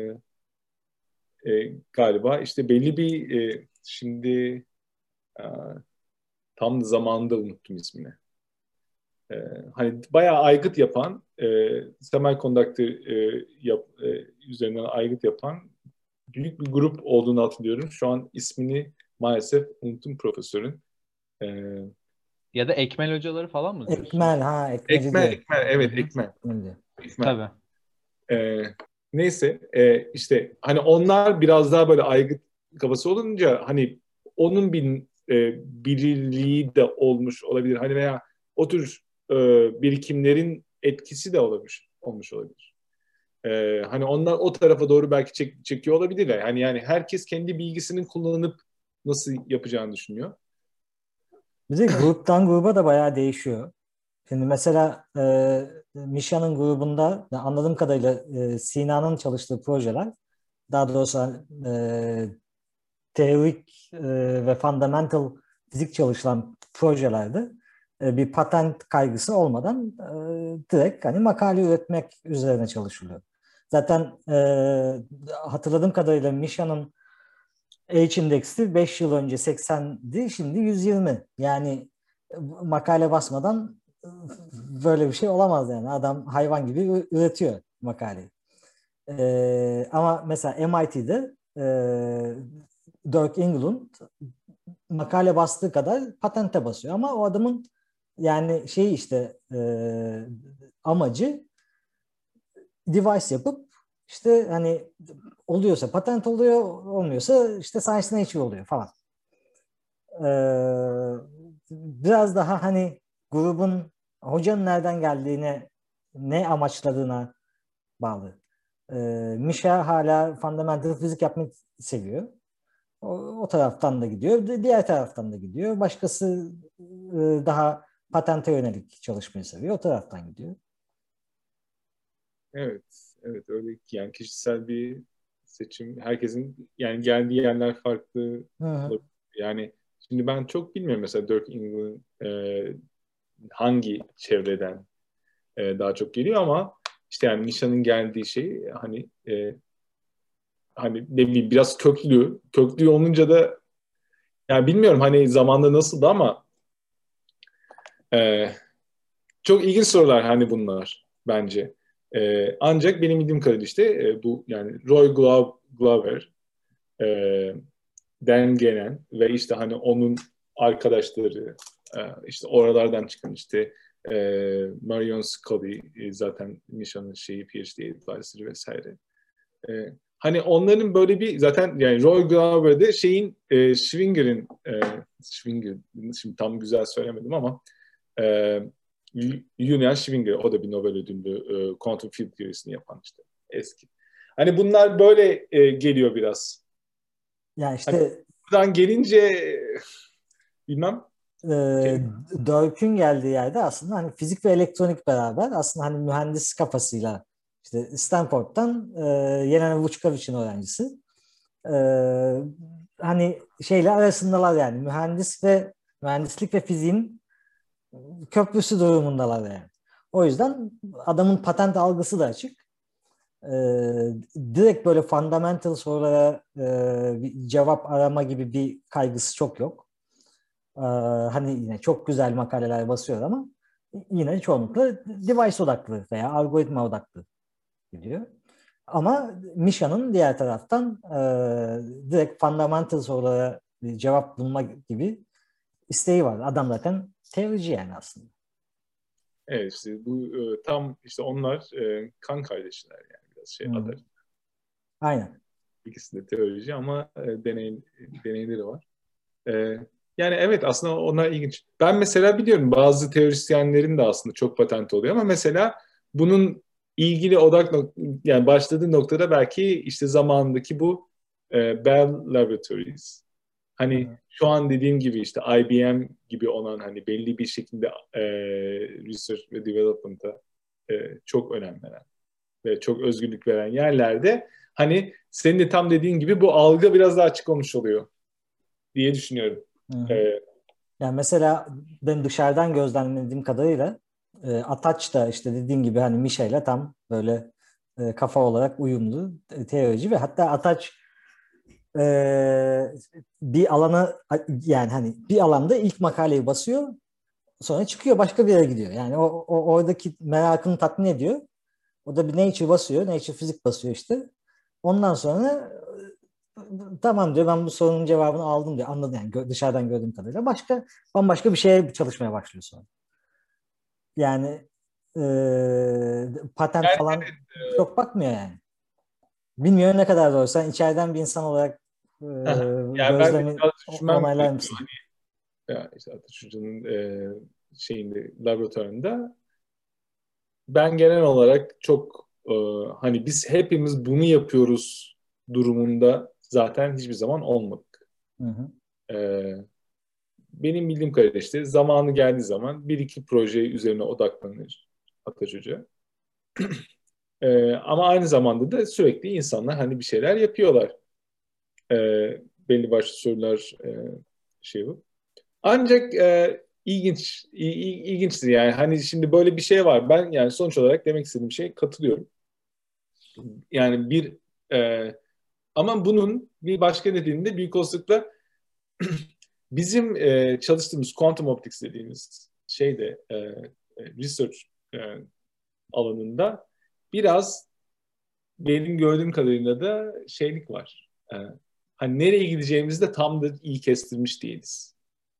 e, galiba işte belli bir e, şimdi e, tam zamanında unuttum ismini. E, hani bayağı aygıt yapan, e, semiconductor e, yap, e, üzerinden aygıt yapan büyük bir grup olduğunu hatırlıyorum. Şu an ismini maalesef unuttum profesörün. E, Ya da Ekmel hocaları falan mı diyorsun? Ekmel ha ekmeci Ekmel, diyor. Ekmel, Hı evet hı. Ekmel. Ekmel diyor. Ekmel. Tabii. E, neyse e, işte hani onlar biraz daha böyle aygıt kafası olunca hani onun bir e, birliği de olmuş olabilir. Hani veya o tür e, birikimlerin etkisi de olabilir, olmuş olabilir. E, hani onlar o tarafa doğru belki çek, çekiyor olabilirler. Yani yani herkes kendi bilgisinin kullanılıp nasıl yapacağını düşünüyor. Bir de gruptan gruba da bayağı değişiyor. Şimdi mesela e, Misha'nın grubunda ya anladığım kadarıyla e, Sina'nın çalıştığı projeler daha doğrusu e, teorik e, ve fundamental fizik çalışılan projelerde e, bir patent kaygısı olmadan e, direkt hani makale üretmek üzerine çalışılıyor. Zaten e, hatırladığım kadarıyla Misha'nın H-indeksi beş yıl önce seksendi, şimdi yüz yirmi. Yani e, makale basmadan e, böyle bir şey olamaz yani. Adam hayvan gibi ü- üretiyor makaleyi. Ee, ama mesela M I T'de e, Dirk Engelund makale bastığı kadar patente basıyor. Ama o adamın yani şey işte e, amacı device yapıp işte hani oluyorsa patent oluyor, olmuyorsa işte Science Nature oluyor falan. Ee, biraz daha hani grubun hocanın nereden geldiğine, ne amaçladığına bağlı. Ee, Misha hala fundamental fizik yapmayı seviyor. O, o taraftan da gidiyor. Di- Diğer taraftan da gidiyor. Başkası e, daha patente yönelik çalışmayı seviyor. O taraftan gidiyor. Evet, evet öyle ki yani kişisel bir seçim. Herkesin yani geldiği yerler farklı. Hı hı. Yani şimdi ben çok bilmiyorum mesela Dirk England e, hangi çevreden e, daha çok geliyor ama işte yani Nişan'ın geldiği şey hani e, hani ne bileyim biraz köklü. Köklü olunca da yani bilmiyorum hani zamanda nasıldı ama e, çok ilginç sorular hani bunlar bence. E, ancak benim bildiğim kadarıyla işte e, bu yani Roy Glo- Glover, e, Dan Genen ve işte hani onun arkadaşları e, işte oralardan çıkan işte e, Marion Scully e, zaten Nişan'ın şeyi P H D advisor'ı vesaire. E, hani onların böyle bir zaten yani Roy Glover'de şeyin e, Schwinger'in e, Schwinger şimdi tam güzel söylemedim ama e, Julian Schwinger o da bir Nobel ödüllü e, quantum field teorisini yapan işte eski. Hani bunlar böyle e, geliyor biraz. Yani Hani işte buradan gelince bilmem e, şey, Dörk'ün geldiği yerde aslında hani fizik ve elektronik beraber aslında hani mühendis kafasıyla işte Stanford'dan e, Yelena Vučković'in öğrencisi. E, hani şeyle arasındalar yani mühendis ve mühendislik ve fiziğin köprüsü durumundalar yani. O yüzden adamın patent algısı da açık. Ee, direkt böyle fundamental sorulara e, bir cevap arama gibi bir kaygısı çok yok. Ee, hani yine çok güzel makaleler basıyor ama yine çoğunlukla device odaklı veya algoritma odaklı gidiyor. Ama Misha'nın diğer taraftan e, direkt fundamental sorulara bir cevap bulma gibi isteği var. Adam zaten teorici yani aslında. evet işte bu e, tam işte onlar e, kan kardeşler yani biraz şey Hmm. atar. Aynen. İkisi de teoloji ama e, deney, deneyleri var. E, yani evet aslında onlar ilginç. Ben mesela biliyorum bazı teorisyenlerin de aslında çok patent oluyor ama mesela bunun ilgili odak nok- yani başladığı noktada belki işte zamanındaki bu e, Bell Laboratories. Hı Hani hı. şu an dediğim gibi işte I B M gibi olan hani belli bir şekilde e, research ve development'a e, çok önem veren ve çok özgürlük veren yerlerde hani senin de tam dediğin gibi bu algı biraz daha açık olmuş oluyor diye düşünüyorum. Hı hı. Ee, Yani mesela ben dışarıdan gözlemlediğim kadarıyla e, Ataç da işte dediğin gibi hani Mişa'yla tam böyle e, kafa olarak uyumlu e, teorici ve hatta Ataç e, bir alanı yani hani bir alanda ilk makaleyi basıyor, sonra çıkıyor başka bir yere gidiyor. Yani o, o oradaki merakını tatmin ediyor. O da bir Nature basıyor, Nature fizik basıyor işte. Ondan sonra e, tamam diyor, ben bu sorunun cevabını aldım diyor. Anladım yani gö- dışarıdan gördüğüm kadarıyla. Başka bambaşka bir şeye çalışmaya başlıyor sonra. Yani e, patent yani falan çok bakmıyor yani. Bilmiyorum ne kadar doğru. Sen içeriden bir insan olarak e, yani ben de gözlemi biraz o- düşünmem onaylar gerekiyor. mısın? Ya işte Atatürk Hoca'nın e, şeyinde laboratuvarında ben genel olarak çok e, hani biz hepimiz bunu yapıyoruz durumunda zaten hiçbir zaman olmadık. Hı hı. E, benim bildiğim kadarıyla işte zamanı geldiği zaman bir iki proje üzerine odaklanır Atatürk Hoca. E, ama aynı zamanda da sürekli insanlar hani bir şeyler yapıyorlar. E, belli başlı sorular e, şey bu. Ancak e, ilginç il- il- ilginçtir yani hani şimdi böyle bir şey var. Ben yani sonuç olarak demek istediğim şey katılıyorum. Yani bir e, ama bunun bir başka nedeni de büyük olasılıkla bizim e, çalıştığımız quantum optics dediğimiz şeyde e, e, research e, alanında biraz benim gördüğüm kadarıyla da şeylik var. E, hani nereye gideceğimizi de tam da iyi kestirmiş değiliz.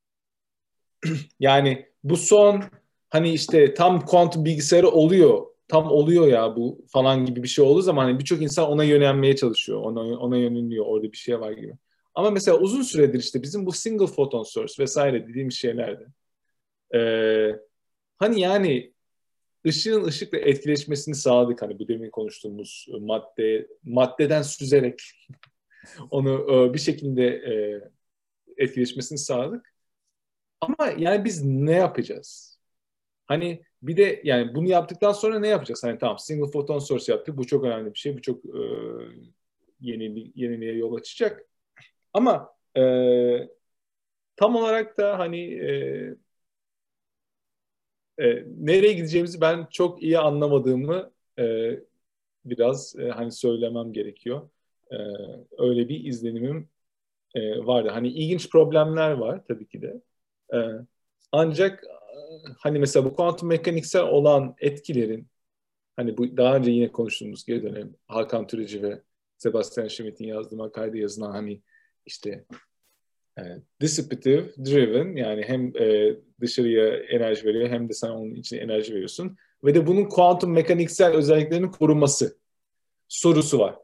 Yani bu son hani işte tam kuantum bilgisayarı oluyor. Tam oluyor ya bu falan gibi bir şey olduğu zaman hani birçok insan ona yönelmeye çalışıyor. Ona, ona yöneliyor. Orada bir şey var gibi. Ama mesela uzun süredir işte bizim bu single photon source vesaire dediğimiz şeylerde ee, hani yani ışığın ışıkla etkileşmesini sağladık. Hani bu demin konuştuğumuz madde maddeden süzerek onu e, bir şekilde e, etkileşmesini sağladık. Ama yani biz ne yapacağız? Hani bir de yani bunu yaptıktan sonra ne yapacağız? Hani tamam single photon source yaptık. Bu çok önemli bir şey. Bu çok e, yeni, yeniliğe yol açacak. Ama e, tam olarak da hani e, e, nereye gideceğimizi ben çok iyi anlamadığımı e, biraz e, hani söylemem gerekiyor. E, öyle bir izlenimim e, vardı. Hani ilginç problemler var tabii ki de. E, ancak e, hani mesela bu kuantum mekaniksel olan etkilerin hani bu daha önce yine konuştuğumuz geri dönem Hakan Türeci ve Sebastian Schmidt'in yazdığı makalede yazılan hani işte e, dissipative driven yani hem e, dışarıya enerji veriyor hem de sen onun için enerji veriyorsun ve de bunun kuantum mekaniksel özelliklerinin korunması sorusu var.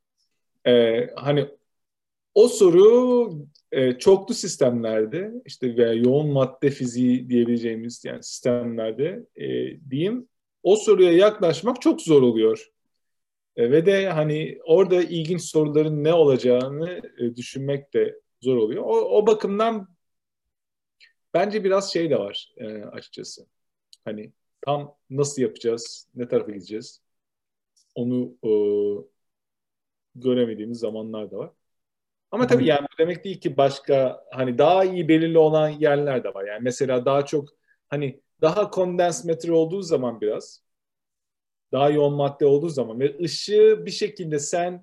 E, hani o soru e, çoklu sistemlerde işte veya yoğun madde fiziği diyebileceğimiz yani sistemlerde e, diyeyim o soruya yaklaşmak çok zor oluyor. E, ve de hani orada ilginç soruların ne olacağını e, düşünmek de zor oluyor. O, o bakımdan bence biraz şey de var e, açıkçası. Hani tam nasıl yapacağız, ne tarafa gideceğiz onu e, göremediğimiz zamanlar da var. Ama tabii Yani yani bu demek değil ki başka hani daha iyi belirli olan yerler de var. Yani mesela daha çok hani daha condensed matter olduğu zaman biraz daha yoğun madde olduğu zaman ve ışığı bir şekilde sen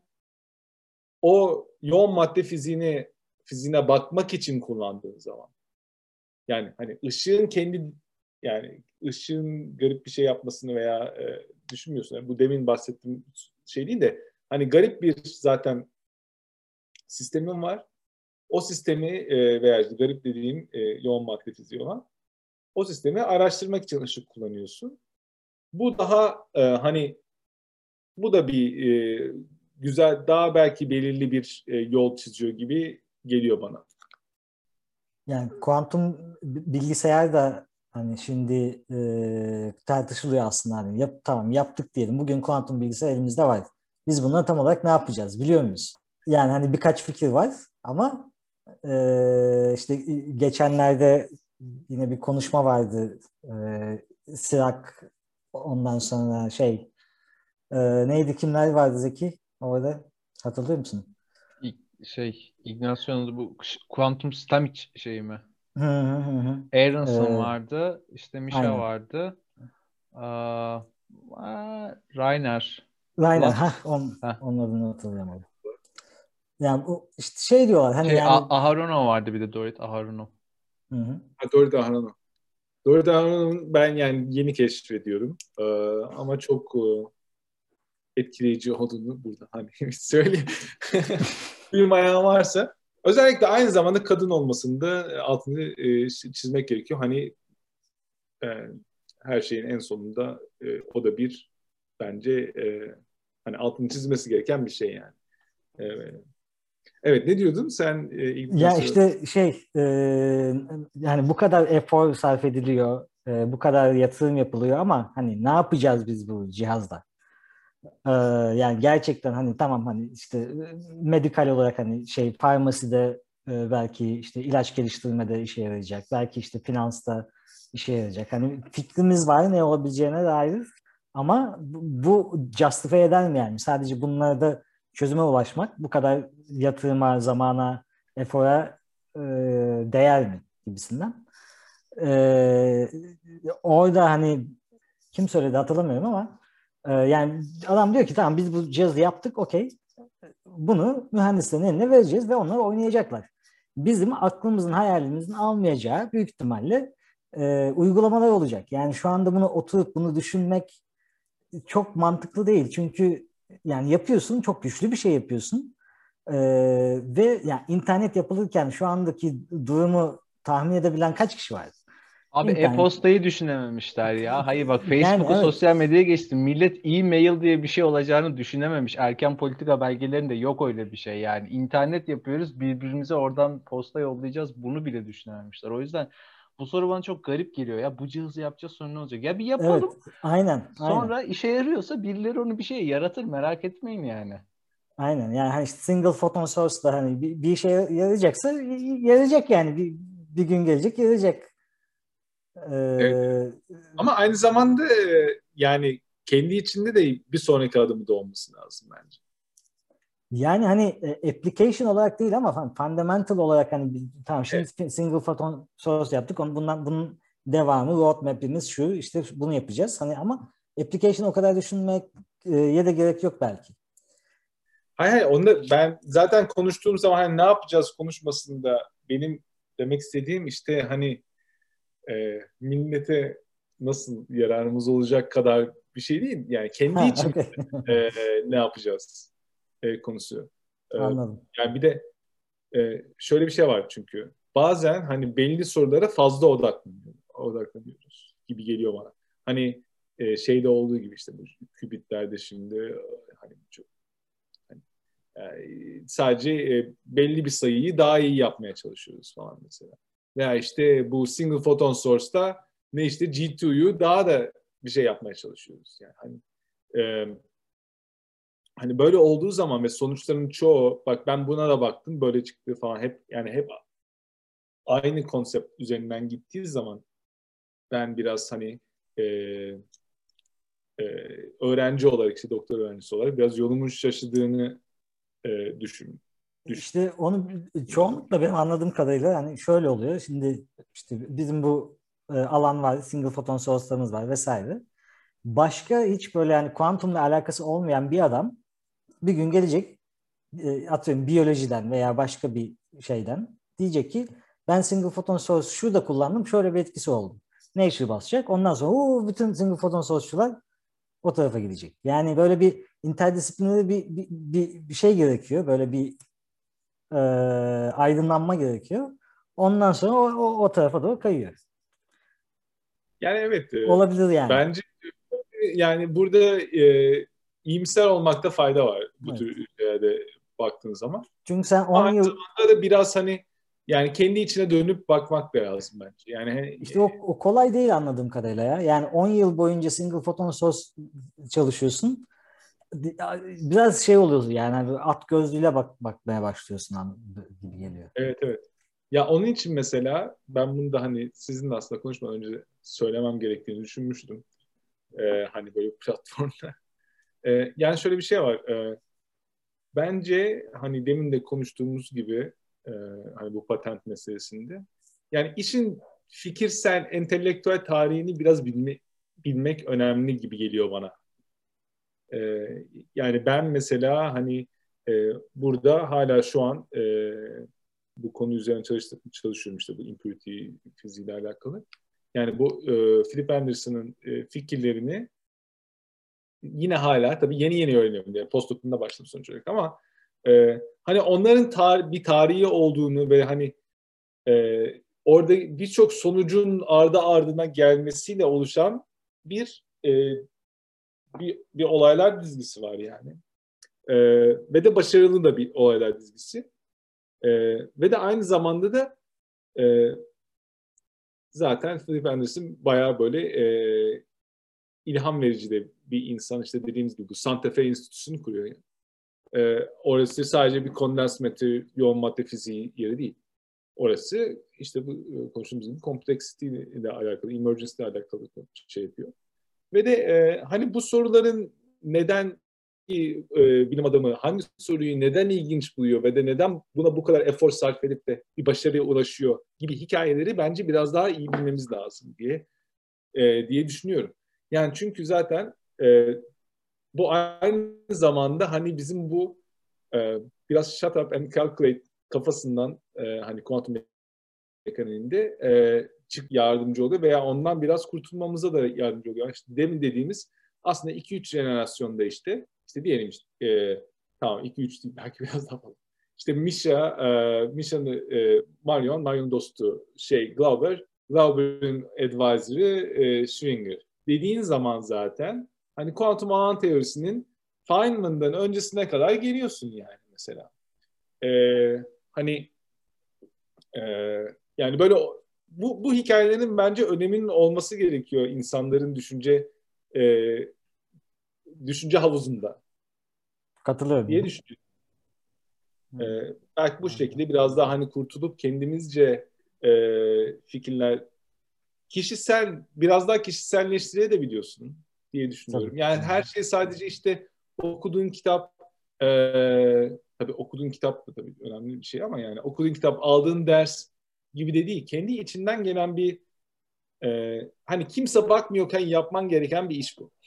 o yoğun madde fiziğine fiziğine bakmak için kullandığın zaman yani hani ışığın kendi yani ışığın garip bir şey yapmasını veya e, düşünmüyorsun. Yani bu demin bahsettiğim şey değil de hani garip bir zaten sistemin var. O sistemi e, veya garip dediğim e, yoğun madde fiziği olan o sistemi araştırmak için ışık kullanıyorsun. Bu daha e, hani bu da bir e, güzel daha belki belirli bir e, yol çiziyor gibi geliyor bana. Yani kuantum bilgisayar da hani şimdi e, tartışılıyor aslında. Hani yap, tamam yaptık diyelim. Bugün kuantum bilgisayar elimizde var. Biz bununla tam olarak ne yapacağız biliyor muyuz? Yani hani birkaç fikir var ama e, işte geçenlerde yine bir konuşma vardı. E, Sirak ondan sonra şey e, neydi kimler vardı Zeki orada? Hatırlıyor musun? İ- Şey, Ignacio'nun bu ş- Quantum Stamic şeyi mi? Hı hı hı. Hı. Aronson Ee, vardı. İşte Misha aynen. vardı. Aa, aa, Rainer. Aynen. Last. Ha, on, Heh. onun adını hatırlayamadım. Yani bu işte şey diyorlar hani Şey, yani. A- Aharonov vardı bir de, Dorit Aharonov. Hı hı. Ha, doğru Dahran'ı. Doğru Dahran'ı ben yani yeni keşfediyorum. Ee, ama çok e, etkileyici olduğunu burada hani söyleyeyim. Bir ayağı varsa özellikle aynı zamanda kadın olmasında altını e, çizmek gerekiyor. Hani e, her şeyin en sonunda e, o da bir bence e, hani altını çizmesi gereken bir şey yani. E, evet ne diyordun sen e, Ya Ignacio? işte şey e, yani bu kadar efor sarf ediliyor, e, bu kadar yatırım yapılıyor ama hani ne yapacağız biz bu cihazla? E, Yani gerçekten hani tamam hani işte e, medikal olarak hani şey farmaside e, belki işte ilaç geliştirmede işe yarayacak, belki işte finansta işe yarayacak. Hani fikrimiz var ne olabileceğine dair ama bu, bu justify eder mi yani? Sadece bunlarda çözüme ulaşmak bu kadar yatırıma, zamana, efora e, değer mi gibisinden. E, Orada hani kim söyledi hatırlamıyorum ama e, yani adam diyor ki tamam biz bu cihazı yaptık okey. Bunu mühendislerin eline vereceğiz ve onlar oynayacaklar. Bizim aklımızın hayalimizin almayacağı büyük ihtimalle e, uygulamalar olacak. Yani şu anda bunu oturup bunu düşünmek çok mantıklı değil. Çünkü yani yapıyorsun çok güçlü bir şey yapıyorsun. E, Ve yani internet yapılırken şu andaki durumu tahmin edebilen kaç kişi var? Abi İnternet e-postayı düşünememişler ya. Hayır bak, yani Facebook'u evet. sosyal medyaya geçtim. Millet e-mail diye bir şey olacağını düşünememiş. Erken politika belgelerinde yok öyle bir şey yani. İnternet yapıyoruz, birbirimize oradan posta yollayacağız. Bunu bile düşünememişler. O yüzden bu soru bana çok garip geliyor ya. Bu cihazı yapacağız, sonra ne olacak? Ya bir Evet, yapalım. aynen, aynen. Sonra işe yarıyorsa birileri onu bir şeye yaratır, merak etmeyin yani. Aynen. Yani hani işte single photon source da hani bir, bir işe yarayacaksa y- yarayacak yani bir, bir gün gelecek yarayacak. Evet. Ee, Ama aynı zamanda e, yani kendi içinde de bir sonraki adımı da olması lazım bence. Yani hani e, application olarak değil ama hani fundamental olarak hani bir- tamam Evet. şimdi single photon source yaptık. Onu bundan bunun devamı roadmap'imiz şu işte bunu yapacağız. Hani ama application o kadar düşünmek e, ya da gerek yok belki. Hayır, hayır onu da ben zaten konuştuğum zaman hani ne yapacağız konuşmasında benim demek istediğim işte hani e, millete nasıl yararımız olacak kadar bir şey değil. Yani kendi Ha, için okay. e, ne yapacağız e, konusu. E, Anladım. yani bir de e, şöyle bir şey var çünkü bazen hani belli sorulara fazla odaklanıyoruz, odaklanıyoruz gibi geliyor bana. Hani e, şeyde olduğu gibi işte bu kübitlerde şimdi e, hani çok hani, e, sadece e, belli bir sayıyı daha iyi yapmaya çalışıyoruz falan mesela. Veya işte bu single photon source'ta ne işte G iki U'yu daha da bir şey yapmaya çalışıyoruz. Yani hani e, hani böyle olduğu zaman ve sonuçların çoğu bak ben buna da baktım böyle çıktı falan hep yani hep aynı konsept üzerinden gittiği zaman ben biraz hani e, e, öğrenci olarak işte doktor öğrencisi olarak biraz yolumun şaşırdığını e, düşün, İşte onu düşünüyorum. çoğunlukla benim anladığım kadarıyla yani şöyle oluyor. Şimdi işte bizim bu e, alan var, single photon source'larımız var vesaire. Başka hiç böyle yani kuantumla alakası olmayan bir adam bir gün gelecek e, atıyorum biyolojiden veya başka bir şeyden diyecek ki ben single photon source şurada kullandım şöyle bir etkisi oldu. Nature basacak. Ondan sonra uu, bütün single photon source'çular o tarafa gidecek. Yani böyle bir interdisipliner bir, bir, bir, bir şey gerekiyor. Böyle bir e, aydınlanma gerekiyor. Ondan sonra o, o, o tarafa doğru kayıyor. Yani evet e, Olabilir yani. bence yani burada e, iyimser olmakta fayda var bu Evet. tür ülkelerde baktığın zaman. Çünkü sen Ama on aynı yıl zamanda da biraz hani yani kendi içine dönüp bakmak da lazım bence. Yani hani, işte o, o kolay değil anladığım kadarıyla ya. Yani on yıl boyunca single photon source çalışıyorsun. Biraz şey oluyorsun yani hani at gözlüğüyle bak bakmaya başlıyorsun gibi geliyor. evet evet. Ya onun için mesela ben bunu da hani sizinle aslında konuşmadan önce söylemem gerektiğini düşünmüştüm. Ee, hani böyle bir platformda. Ee, yani şöyle bir şey var. Ee, bence hani demin de konuştuğumuz gibi e, hani bu patent meselesinde yani işin fikirsel, entelektüel tarihini biraz bilme, bilmek önemli gibi geliyor bana. E, yani ben mesela hani e, burada hala şu an e, bu konu üzerine çalıştım, çalışıyorum işte bu impurity fiziğiyle alakalı. Yani bu e, Philip Anderson'ın e, fikirlerini yine hala tabii yeni yeni öğreniyorum diye postdoc'umda başladım sonuç olarak ama e, hani onların tar- bir tarihi olduğunu ve hani e, orada birçok sonucun ardı ardına gelmesiyle oluşan bir e, bir, bir olaylar dizgisi var yani. E, ve de başarılı da bir olaylar dizgisi. E, ve de aynı zamanda da e, zaten Philip Anderson bayağı böyle e, ilham verici de bir insan. İşte dediğimiz gibi bu Santa Fe Enstitüsü'nü kuruyor yani. Ee, orası sadece bir kondens madde, yoğun madde fiziği yeri değil. Orası işte bu konuştuğumuz gibi complexity ile alakalı, emergence ile alakalı şey yapıyor. Ve de e, hani bu soruların neden e, bilim adamı hangi soruyu neden ilginç buluyor ve de neden buna bu kadar efor sarf edip de bir başarıya ulaşıyor gibi hikayeleri bence biraz daha iyi bilmemiz lazım diye e, diye düşünüyorum. Yani çünkü zaten e, bu aynı zamanda hani bizim bu e, biraz shut up and calculate kafasından e, hani kuantum mekaniğinde e, çık yardımcı oluyor veya ondan biraz kurtulmamıza da yardımcı oluyor. İşte demin dediğimiz aslında iki üç jenerasyonda işte işte diyelim işte e, tamam iki üç değil belki biraz daha fazla. İşte Misha, e, Misha'nın e, Marion, Marion'un dostu şey Glauber, Glauber'in advisor'ı e, Schwinger. Dediğin zaman zaten hani kuantum alan teorisinin Feynman'dan öncesine kadar geliyorsun yani mesela. E, hani e, yani böyle bu, bu hikayelerin bence öneminin olması gerekiyor insanların düşünce e, düşünce havuzunda diye Katılıyorum. düşünüyorum. E, belki bu şekilde biraz daha hani kurtulup kendimizce e, fikirler kişisel biraz daha kişiselleştirebiliyorsun diye Tabii. düşünüyorum. Yani her şey sadece işte okuduğun kitap e, tabii okuduğun kitap da tabii önemli bir şey ama yani okuduğun kitap aldığın ders gibi de değil. Kendi içinden gelen bir e, hani kimse bakmıyorken yapman gereken bir iş bu.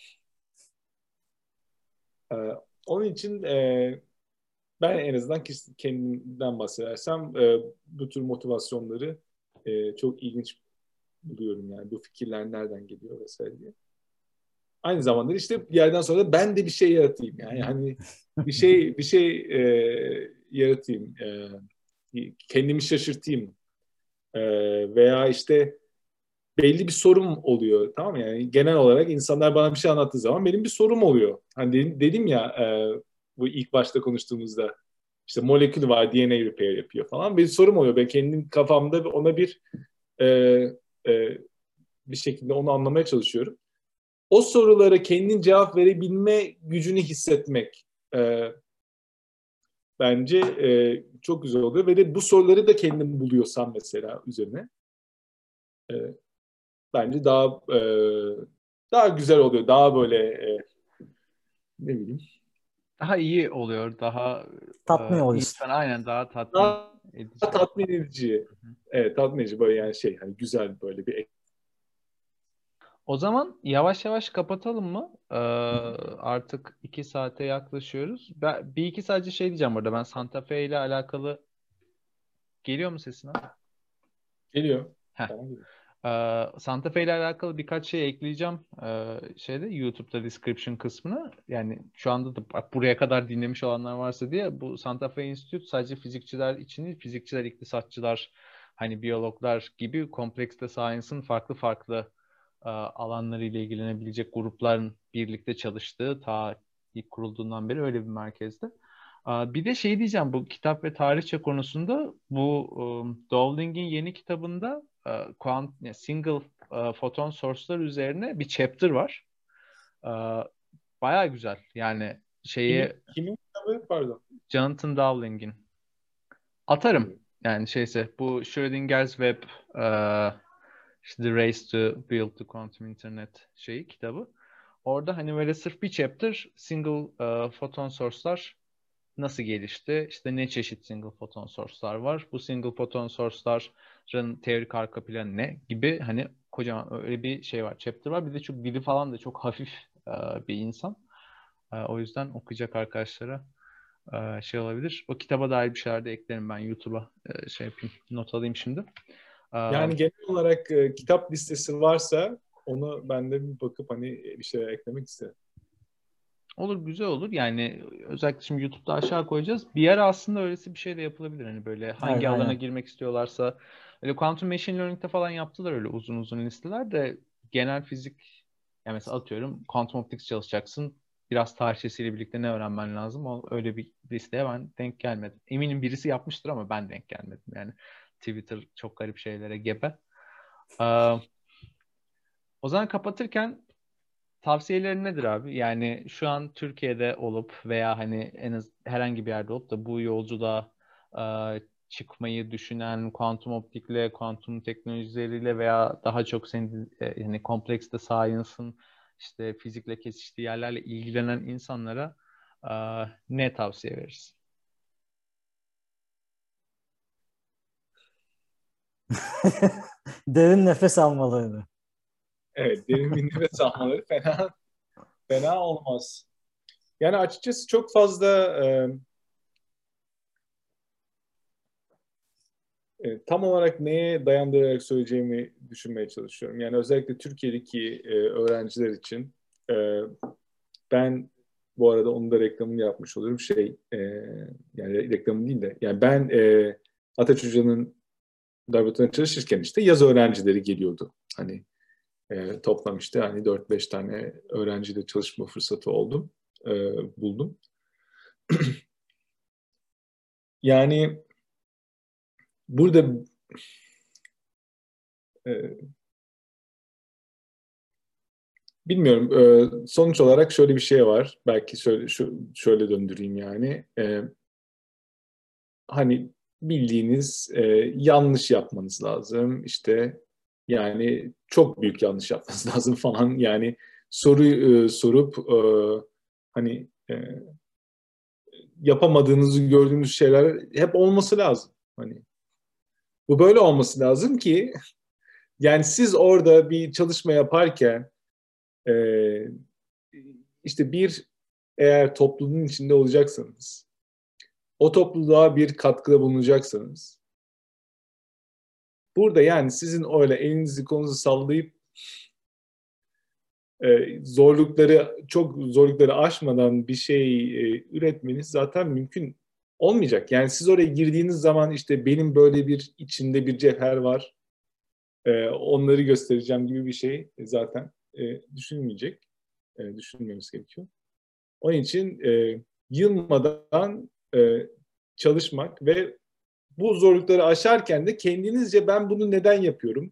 E, onun için e, ben en azından kendimden bahsedersem e, bu tür motivasyonları e, çok ilginç buluyorum yani bu fikirler nereden geliyor vesaire diye. Aynı zamanda işte bir yerden sonra da ben de bir şey yaratayım yani hani bir şey bir şey e, yaratayım e, kendimi şaşırtayım e, veya işte belli bir sorum oluyor tamam mı? Yani genel olarak insanlar bana bir şey anlattığı zaman benim bir sorum oluyor. Hani dedim, dedim ya e, bu ilk başta konuştuğumuzda işte molekül var D N A repair yapıyor falan bir sorum oluyor. Ben kendim kafamda ona bir e, e, bir şekilde onu anlamaya çalışıyorum. O sorulara kendin cevap verebilme gücünü hissetmek e, bence e, çok güzel oluyor. Ve de bu soruları da kendin buluyorsan mesela üzerine e, bence daha e, daha güzel oluyor. Daha böyle e, ne bileyim Daha iyi oluyor. Daha Tatmin e, oluyorsun. insan aynen daha tatmin daha edici. tatmin edici. Hı hı. Evet tatmin edici böyle yani şey hani güzel böyle bir O zaman yavaş yavaş kapatalım mı? Ee, artık iki saate yaklaşıyoruz. Ben, bir iki sadece şey diyeceğim burada. Ben Santa Fe ile alakalı geliyor mu sesin? geliyor. Heh. Tamam gibi. Ee, Santa Fe ile alakalı birkaç şey ekleyeceğim ee, şeyde YouTube'da description kısmına. Yani şu anda da bak, buraya kadar dinlemiş olanlar varsa diye bu Santa Fe Institute sadece fizikçiler için değil, fizikçiler, iktisatçılar, hani biyologlar gibi komplekste science'ın farklı farklı e, alanlarıyla ilgilenebilecek grupların birlikte çalıştığı ta ilk kurulduğundan beri öyle bir merkezde. Aa, Bir de şey diyeceğim bu kitap ve tarihçe konusunda bu um, Dowling'in yeni kitabında e, kuant, yani single e, photon source'lar üzerine bir chapter var. E, Baya güzel. Yani Kimin, şeyi kimin kitabı pardon. Jonathan Dowling'in atarım. Bilmiyorum. Yani şeyse bu Schrödinger's Web e, işte The Race to Build the Quantum Internet şeyi kitabı. Orada hani böyle sırf bir chapter single e, photon source'lar nasıl gelişti? İşte ne çeşit single photon source'lar var? Bu single photon source'ların teorik arka planı ne? Gibi hani kocaman öyle bir şey var, chapter var. Bir de çok dili falan da çok hafif e, bir insan. E, o yüzden okuyacak arkadaşlara e, şey olabilir. O kitaba dair bir şeyler de eklerim ben YouTube'a e, şey yapayım, not alayım şimdi. E, Yani genel olarak e, kitap listesi varsa onu ben de bir bakıp hani bir şeyler eklemek isterim. Olur, güzel olur. Yani özellikle şimdi YouTube'da aşağı koyacağız. Bir yer aslında öylesi bir şey de yapılabilir. Hani böyle Evet, hangi alana aynen. girmek istiyorlarsa. Öyle Quantum Machine Learning'de falan yaptılar öyle uzun uzun listeler de genel fizik, yani mesela atıyorum Quantum Optics çalışacaksın. Biraz tarihçesiyle birlikte ne öğrenmen lazım? O, öyle bir listeye ben denk gelmedim. Eminim birisi yapmıştır ama ben denk gelmedim. Yani Twitter çok garip şeylere gebe. Ee, O zaman kapatırken tavsiyelerin nedir abi? Yani şu an Türkiye'de olup veya hani en az herhangi bir yerde olup da bu yolculuğa e, çıkmayı düşünen kuantum optikle, kuantum teknolojileriyle veya daha çok senin e, yani komplekste science'ın işte fizikle kesiştiği yerlerle ilgilenen insanlara e, ne tavsiye verirsin? Derin nefes almalarını. Evet, derin bir nefes almaları fena fena olmaz. Yani açıkçası çok fazla e, e, tam olarak neye dayandırarak söyleyeceğimi düşünmeye çalışıyorum. Yani özellikle Türkiye'deki e, öğrenciler için e, ben bu arada onun da reklamını yapmış olurum. Şey e, yani reklamı değil de yani ben e, Ataç Hoca'nın laboratuvarında çalışırken işte yaz öğrencileri geliyordu. Hani e, toplam işte hani dört beş tane öğrenciyle çalışma fırsatı oldum. E, buldum. Yani burada e, bilmiyorum. E, sonuç olarak şöyle bir şey var. Belki şöyle, şu, şöyle döndüreyim yani. E, hani bildiğiniz e, yanlış yapmanız lazım. İşte yani çok büyük yanlış yapmanız lazım falan. Yani soruyu e, sorup e, hani e, yapamadığınızı gördüğünüz şeyler hep olması lazım. Hani bu böyle olması lazım ki yani siz orada bir çalışma yaparken e, işte bir eğer topluluğun içinde olacaksanız, o topluluğa bir katkıda bulunacaksanız, burada yani sizin öyle elinizi kolunuzu sallayıp e, zorlukları çok zorlukları aşmadan bir şey e, üretmeniz zaten mümkün olmayacak. Yani siz oraya girdiğiniz zaman işte benim böyle bir içinde bir cevher var, e, onları göstereceğim gibi bir şey zaten e, düşünmeyecek, e, düşünmemiz gerekiyor. Onun için e, yılmadan e, çalışmak ve bu zorlukları aşarken de kendinizce ben bunu neden yapıyorum,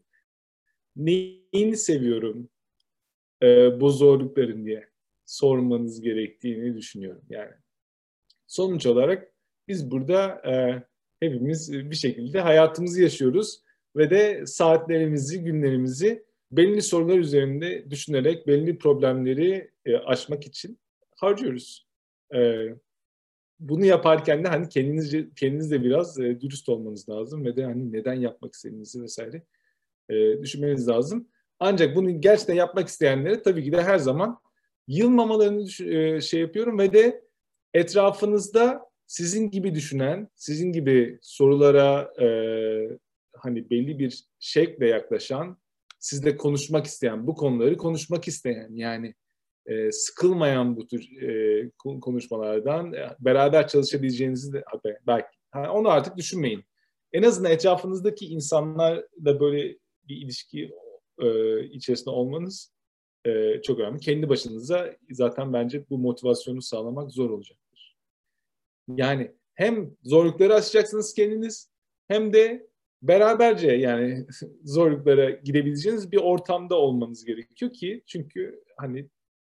neyini seviyorum e, bu zorlukların diye sormanız gerektiğini düşünüyorum. Yani sonuç olarak biz burada e, hepimiz bir şekilde hayatımızı yaşıyoruz ve de saatlerimizi, günlerimizi belli sorular üzerinde düşünerek belli problemleri e, aşmak için harcıyoruz. E, bunu yaparken de hani kendinizce kendinizle biraz e, dürüst olmanız lazım ve de hani neden yapmak istediğinizi vesaire e, düşünmeniz lazım. Ancak bunu gerçekten yapmak isteyenlere tabii ki de her zaman yılmamalarını düş- e, şey yapıyorum ve de etrafınızda sizin gibi düşünen, sizin gibi sorulara e, hani belli bir şekle yaklaşan, sizle konuşmak isteyen, bu konuları konuşmak isteyen yani e, sıkılmayan bu tür e, konuşmalardan e, beraber çalışabileceğinizi de belki ha, onu artık düşünmeyin. En azından etrafınızdaki insanlarla böyle bir ilişki e, içerisinde olmanız e, çok önemli. Kendi başınıza zaten bence bu motivasyonu sağlamak zor olacaktır. Yani hem zorlukları aşacaksınız kendiniz hem de beraberce yani zorluklara gidebileceğiniz bir ortamda olmanız gerekiyor ki çünkü hani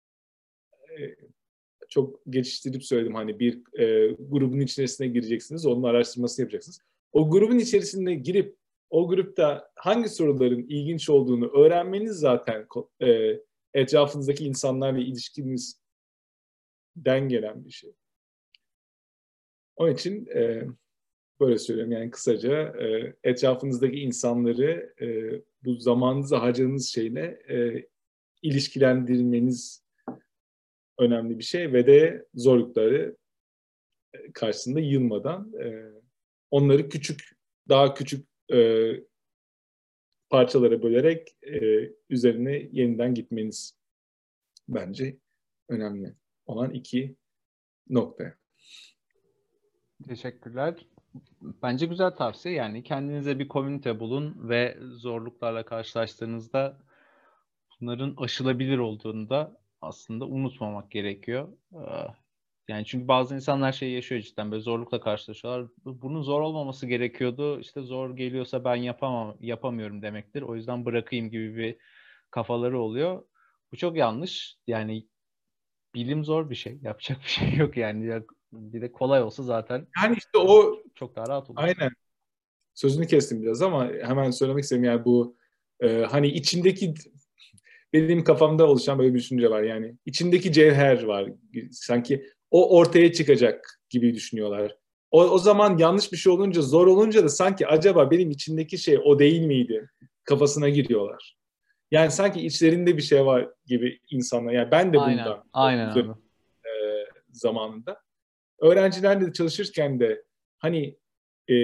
e, çok geçiştirip söyledim hani bir e, grubun içerisine gireceksiniz, onun araştırmasını yapacaksınız. O grubun içerisine girip o grupta hangi soruların ilginç olduğunu öğrenmeniz zaten e, etrafınızdaki insanlarla ilişkinizden gelen bir şey. Onun için e, böyle söylüyorum yani kısaca e, etrafınızdaki insanları e, bu zamanınızı harcadığınız şeyle e, ilişkilendirmeniz önemli bir şey ve de zorlukları karşısında yılmadan e, onları küçük, daha küçük e, parçalara bölerek e, üzerine yeniden gitmeniz bence önemli olan iki nokta. Teşekkürler. Bence güzel tavsiye. Yani kendinize bir komünite bulun ve zorluklarla karşılaştığınızda bunların aşılabilir olduğunu da aslında unutmamak gerekiyor. Ee, Yani çünkü bazı insanlar şey yaşıyor cidden böyle zorlukla karşılaşıyorlar. Bunun zor olmaması gerekiyordu. İşte zor geliyorsa ben yapamam, yapamıyorum demektir. O yüzden bırakayım gibi bir kafaları oluyor. Bu çok yanlış. Yani bilim zor bir şey. Yapacak bir şey yok yani. Ya bir de kolay olsa zaten Yani işte o çok daha rahat olur. aynen sözünü kestim biraz ama hemen söylemek istedim yani bu e, hani içindeki benim kafamda oluşan böyle bir düşünce var yani içindeki cevher var sanki o ortaya çıkacak gibi düşünüyorlar. O, o zaman yanlış bir şey olunca zor olunca da sanki acaba benim içindeki şey o değil miydi kafasına giriyorlar. Yani sanki içlerinde bir şey var gibi insanlar. Yani ben de Aynen, bundan aynen abi. e, zamanında. Öğrencilerle de çalışırken de hani e,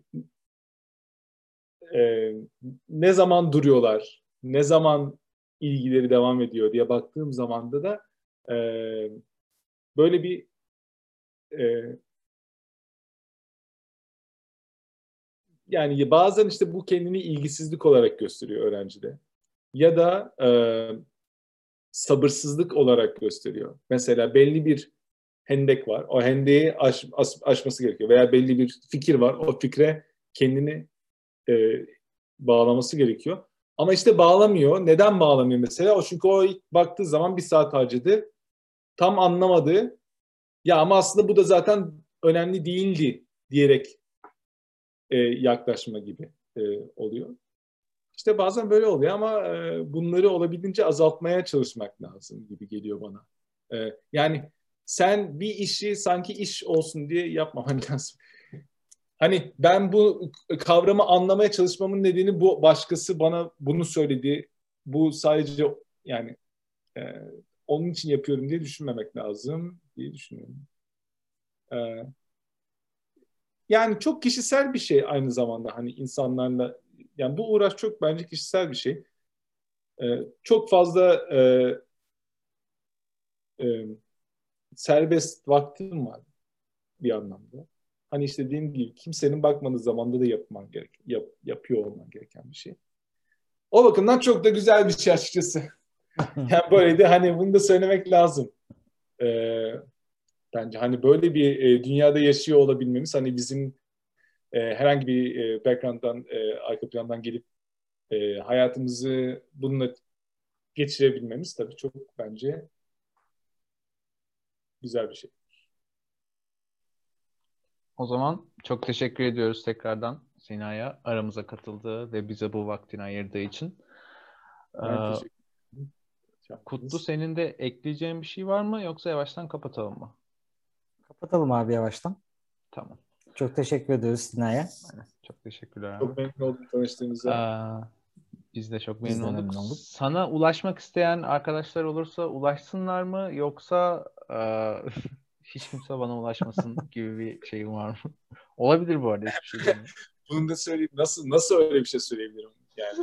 e, ne zaman duruyorlar, ne zaman ilgileri devam ediyor diye baktığım zamanda da e, böyle bir e, yani bazen işte bu kendini ilgisizlik olarak gösteriyor öğrencide. Ya da e, sabırsızlık olarak gösteriyor. Mesela belli bir hendek var. O hendeği aş, aş, aşması gerekiyor. Veya belli bir fikir var. O fikre kendini e, bağlaması gerekiyor. Ama işte bağlamıyor. Neden bağlamıyor mesela? O çünkü o ilk baktığı zaman bir saat harcadı. Tam anlamadı. Ya ama aslında bu da zaten önemli değildi diyerek e, yaklaşma gibi e, oluyor. İşte bazen böyle oluyor ama e, bunları olabildiğince azaltmaya çalışmak lazım gibi geliyor bana. E, yani sen bir işi sanki iş olsun diye yapmaman lazım. Hani ben bu kavramı anlamaya çalışmamın nedeni bu başkası bana bunu söyledi. Bu sadece yani e, onun için yapıyorum diye düşünmemek lazım diye düşünüyorum. E, Yani çok kişisel bir şey aynı zamanda hani insanlarla yani bu uğraş çok bence kişisel bir şey. E, çok fazla e, e, serbest vaktim var bir anlamda. Hani işte dediğim gibi kimsenin bakmadığı zamanda da yapman gerek, yap, yapıyor olman gereken bir şey. O bakımdan çok da güzel bir şey açıkçası. Yani böyle de hani bunu da söylemek lazım. Ee, Bence hani böyle bir e, dünyada yaşıyor olabilmemiz hani bizim e, herhangi bir e, background'dan, e, arka plandan gelip e, hayatımızı bununla geçirebilmemiz tabii çok bence güzel bir şey. O zaman çok teşekkür ediyoruz tekrardan Sina'ya aramıza katıldığı ve bize bu vaktini ayırdığı için. Ben Ee, teşekkür ederim. Kutlu, Çağırdınız. senin de ekleyeceğin bir şey var mı yoksa yavaştan kapatalım mı? Kapatalım abi yavaştan. Tamam. Çok teşekkür ediyoruz Sina'ya. Aynen. Çok teşekkürler Çok abi. memnun oldum tanıştığımıza. Ee, Biz de çok Biz memnun de olduk. memnun olduk. Sana ulaşmak isteyen arkadaşlar olursa ulaşsınlar mı yoksa e, hiç kimse bana ulaşmasın gibi bir şeyim var mı? Olabilir bu arada, hiçbir şey demiyorum. Bunu da söyleyeyim. Nasıl nasıl öyle bir şey söyleyebilirim? Yani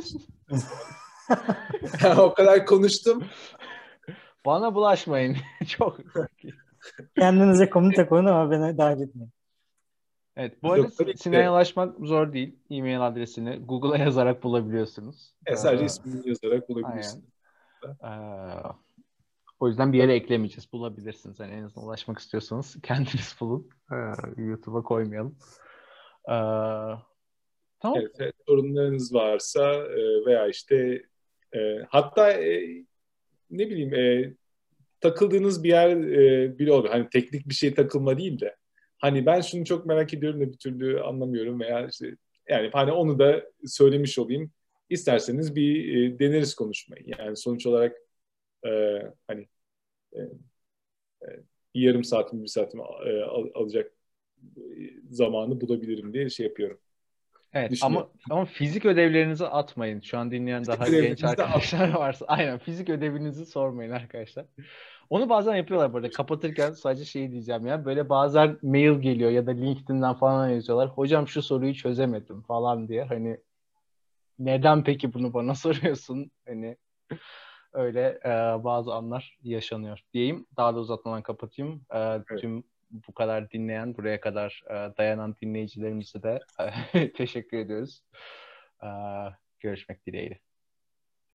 o kadar konuştum. Bana bulaşmayın. Çok. Kendinize komünite koyun ama beni dahil etmeyin. Evet, bu arada Yok tabii Sin- ki Sinan'a de. ulaşmak zor değil. E-mail adresini Google'a yazarak bulabiliyorsunuz. Ee, E, sadece ismini yazarak aynen. bulabilirsiniz. Ee, O yüzden bir yere eklemeyeceğiz. Bulabilirsiniz. Yani en azından ulaşmak istiyorsanız kendiniz bulun. Ee, YouTube'a koymayalım. Ee, tamam. Evet, evet, sorunlarınız varsa e, veya işte e, hatta e, ne bileyim e, takıldığınız bir yer e, bile olur. Hani teknik bir şey takılma değil de hani ben şunu çok merak ediyorum da bir türlü anlamıyorum veya işte yani hani onu da söylemiş olayım. İsterseniz bir e, deneriz konuşmayı. Yani sonuç olarak e, hani e, e, bir yarım saatimi bir saatimi e, al- alacak zamanı bulabilirim diye şey yapıyorum. Evet ama ama fizik ödevlerinizi atmayın. Şu an dinleyen daha genç arkadaşlar varsa. Aynen, fizik ödevinizi sormayın arkadaşlar. Onu bazen yapıyorlar böyle. Kapatırken sadece şeyi diyeceğim ya. Böyle bazen mail geliyor ya da LinkedIn'den falan yazıyorlar. Hocam şu soruyu çözemedim falan diye. Hani neden peki bunu bana soruyorsun? Hani öyle e, bazı anlar yaşanıyor diyeyim. Daha da uzatmadan kapatayım. E, Evet. Tüm bu kadar dinleyen, buraya kadar e, dayanan dinleyicilerimize de e, teşekkür ediyoruz. E, görüşmek dileğiyle.